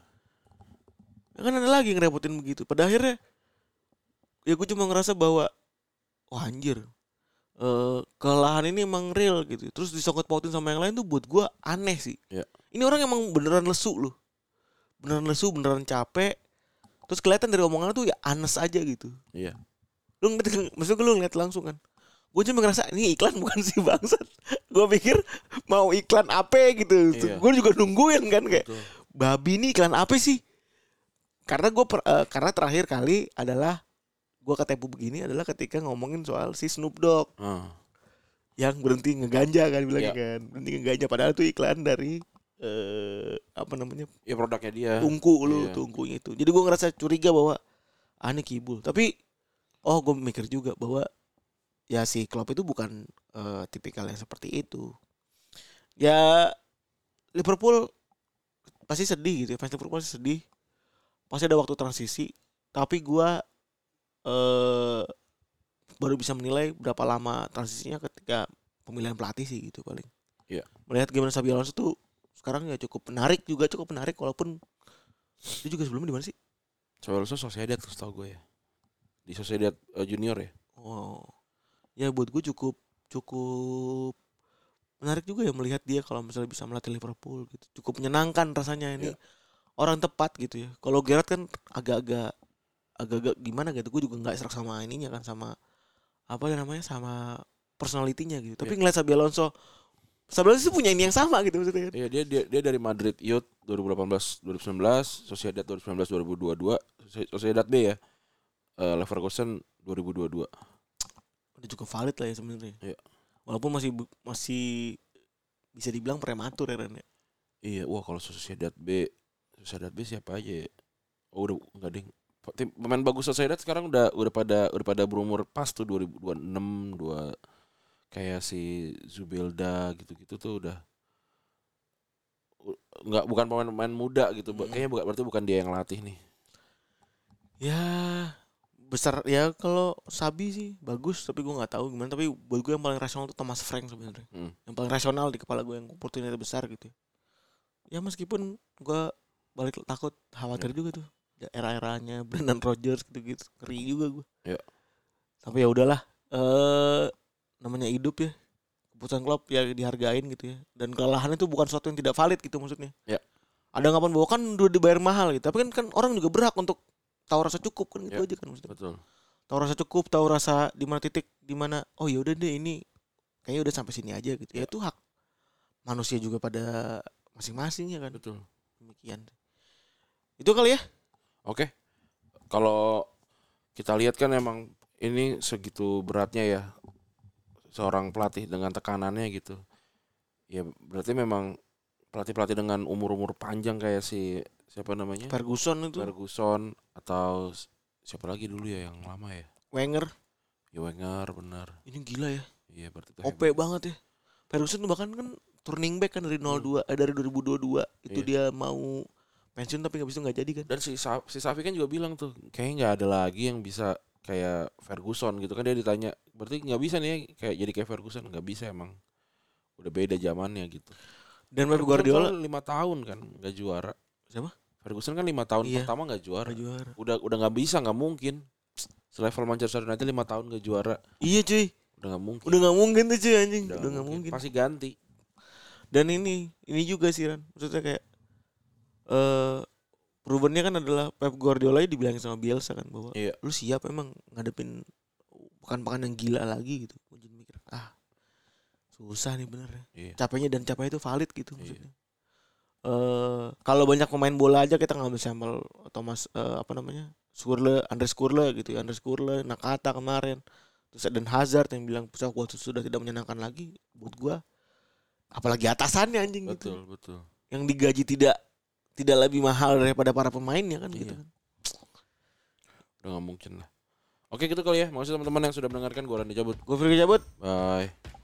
[SPEAKER 2] Ya kan ada lagi yang ngerepotin begitu. Pada akhirnya ya gue cuma ngerasa bahwa wah anjir, uh, kelelahan ini emang real gitu. Terus disangkut pautin sama yang lain tuh buat gue aneh sih.
[SPEAKER 3] Iya.
[SPEAKER 2] Ini orang emang beneran lesu loh, beneran lesu, beneran capek. Terus kelihatan dari omongannya tuh ya anes aja gitu.
[SPEAKER 3] Iya.
[SPEAKER 2] Lu ngerti, maksudnya lu ngeliat langsung kan. Gue cuma ngerasa ini iklan bukan sih bangsat. Gue pikir mau iklan apa gitu.
[SPEAKER 3] Iya.
[SPEAKER 2] Gue juga nungguin kan kayak,
[SPEAKER 3] betul.
[SPEAKER 2] Babi ini iklan apa sih? Karena gue uh, karena terakhir kali adalah gue ketipu begini adalah ketika ngomongin soal si Snoop Dogg
[SPEAKER 3] Uh.
[SPEAKER 2] yang berhenti ngeganja kan bilangnya
[SPEAKER 3] Iya.
[SPEAKER 2] kan, berhenti ngeganja padahal itu iklan dari uh, apa namanya?
[SPEAKER 3] Ya produknya dia.
[SPEAKER 2] Tungku lu,
[SPEAKER 3] Iya.
[SPEAKER 2] tungkunya itu. Jadi gue ngerasa curiga bahwa ah ini kibul. Tapi oh gue mikir juga bahwa ya si Klopp itu bukan uh, tipikal yang seperti itu. Ya Liverpool pasti sedih gitu ya. Fans Liverpool pasti sedih. Pasti ada waktu transisi. Tapi gue uh, baru bisa menilai berapa lama transisinya ketika pemilihan pelatih sih gitu paling.
[SPEAKER 3] Iya.
[SPEAKER 2] Melihat gimana Xabi Alonso tuh sekarang ya cukup menarik juga, cukup menarik walaupun dia juga sebelumnya di mana sih?
[SPEAKER 3] Xabi Alonso Sociedad tuh setahu gue ya. Di Sociedad uh, Junior ya.
[SPEAKER 2] Oh. Ya buat gue cukup cukup menarik juga ya melihat dia kalau misalnya bisa melatih Liverpool gitu. Cukup menyenangkan rasanya ini.
[SPEAKER 3] Yeah.
[SPEAKER 2] Orang tepat gitu ya. Kalau Gerrard kan agak-agak agak-agak gimana gitu. Gue juga enggak serak sama ininya kan, sama apa namanya, sama personalitinya gitu. Tapi yeah. ngeliat Xabi Alonso Xabi Alonso punya ini yang sama gitu maksudnya kan.
[SPEAKER 3] Iya, dia dia dia dari Madrid Youth dua ribu delapan belas dua ribu sembilan belas, Sociedad dua ribu sembilan belas dua ribu dua puluh dua, Sociedad B ya. Uh, Leverkusen dua ribu dua puluh dua.
[SPEAKER 2] Udah cukup valid lah ya sebenarnya.
[SPEAKER 3] Iya.
[SPEAKER 2] Walaupun masih masih bisa dibilang prematur ya Ren ya.
[SPEAKER 3] Iya, wah kalau Sociedad B, Sociedad B siapa aja ya? Oh udah enggak ding. Tim pemain bagus Sociedad sekarang udah udah pada udah pada berumur pas tuh dua ribu dua puluh enam, dua kayak si Zubelda gitu-gitu tuh udah enggak, bukan pemain-pemain muda gitu. Hmm. Kayaknya bukan, berarti bukan dia yang latih nih.
[SPEAKER 2] Ya besar ya kalau Sabi sih bagus, tapi gue nggak tahu gimana. Tapi buat gue yang paling rasional tuh Thomas Frank sebenarnya. Hmm. Yang paling rasional di kepala gue, yang opportunity besar gitu. Ya meskipun gue balik takut, khawatir hmm. juga tuh era-eranya Brendan Rodgers gitu-gitu, ngeri juga gue.
[SPEAKER 3] Ya.
[SPEAKER 2] Tapi ya udahlah, eh namanya hidup ya. Keputusan klub ya dihargain gitu ya. Dan kelelahan itu bukan sesuatu yang tidak valid gitu maksudnya.
[SPEAKER 3] Ya.
[SPEAKER 2] Ada anggapan bahwa kan udah dibayar mahal gitu. Tapi kan kan orang juga berhak untuk tahu rasa cukup kan gitu
[SPEAKER 3] ya,
[SPEAKER 2] aja kan maksudnya.
[SPEAKER 3] Betul.
[SPEAKER 2] Tahu rasa cukup, tahu rasa di mana titik, di mana oh ya udah deh ini kayaknya udah sampai sini aja gitu. Ya, ya itu hak manusia juga pada masing-masing ya kan.
[SPEAKER 3] Betul.
[SPEAKER 2] Demikian. Itu kali ya.
[SPEAKER 3] Oke. Kalau kita lihat kan emang ini segitu beratnya ya seorang pelatih dengan tekanannya gitu. Ya berarti memang pelatih-pelatih dengan umur-umur panjang kayak si siapa namanya?
[SPEAKER 2] Ferguson itu.
[SPEAKER 3] Ferguson atau siapa lagi dulu ya yang lama ya?
[SPEAKER 2] Wenger.
[SPEAKER 3] Ya Wenger benar.
[SPEAKER 2] Ini gila ya.
[SPEAKER 3] Iya berarti itu
[SPEAKER 2] O P hebat banget ya. Ferguson tuh bahkan kan turning back kan dari nol dua hmm. eh, dari dua ribu dua puluh dua itu iya. Dia mau pensiun tapi habis itu enggak jadi kan.
[SPEAKER 3] Dan si Sa- si Safi kan juga bilang tuh kayaknya enggak ada lagi yang bisa kayak Ferguson gitu kan. Dia ditanya berarti enggak bisa nih kayak jadi kayak Ferguson. Enggak bisa emang. Udah beda zamannya gitu.
[SPEAKER 2] Dan Pep Guardiola
[SPEAKER 3] lima tahun kan enggak juara.
[SPEAKER 2] Siapa?
[SPEAKER 3] Ferguson kan lima tahun
[SPEAKER 2] iya.
[SPEAKER 3] pertama enggak juara.
[SPEAKER 2] Gak juara.
[SPEAKER 3] Udah udah enggak bisa, enggak mungkin. Selevel Manchester United lima tahun enggak juara.
[SPEAKER 2] Iya cuy.
[SPEAKER 3] Udah enggak mungkin.
[SPEAKER 2] Udah enggak mungkin tuh cuy anjing.
[SPEAKER 3] Udah,
[SPEAKER 2] udah enggak mungkin.
[SPEAKER 3] Pasti ganti.
[SPEAKER 2] Dan ini ini juga sih Ran. Maksudnya kayak eh uh, perubahannya kan adalah Pep Guardiola dibilangin sama Bielsa kan bahwa
[SPEAKER 3] iya.
[SPEAKER 2] Lu siap emang ngadepin pekan-pekan yang gila lagi gitu. Gue jadi mikir ah susah nih bener ya. Iya. Capeknya dan capeknya itu valid gitu maksudnya. Iya. Uh, kalau banyak pemain bola aja kita ngambil sampel Thomas uh, apa namanya Skurle, Andres Skurle gitu ya, Andres Skurle, Nakata kemarin, terus dan Hazard yang bilang pesawat gua sudah tidak menyenangkan lagi buat gua, apalagi atasannya anjing
[SPEAKER 3] betul,
[SPEAKER 2] gitu.
[SPEAKER 3] Betul betul.
[SPEAKER 2] Yang digaji tidak tidak lebih mahal daripada para pemainnya kan iya. Gitu kan.
[SPEAKER 3] Udah nggak mungkin lah. Oke gitu kali ya. Makasih teman-teman yang sudah mendengarkan. Gue Randy cabut.
[SPEAKER 2] Gue Firly cabut.
[SPEAKER 3] Bye.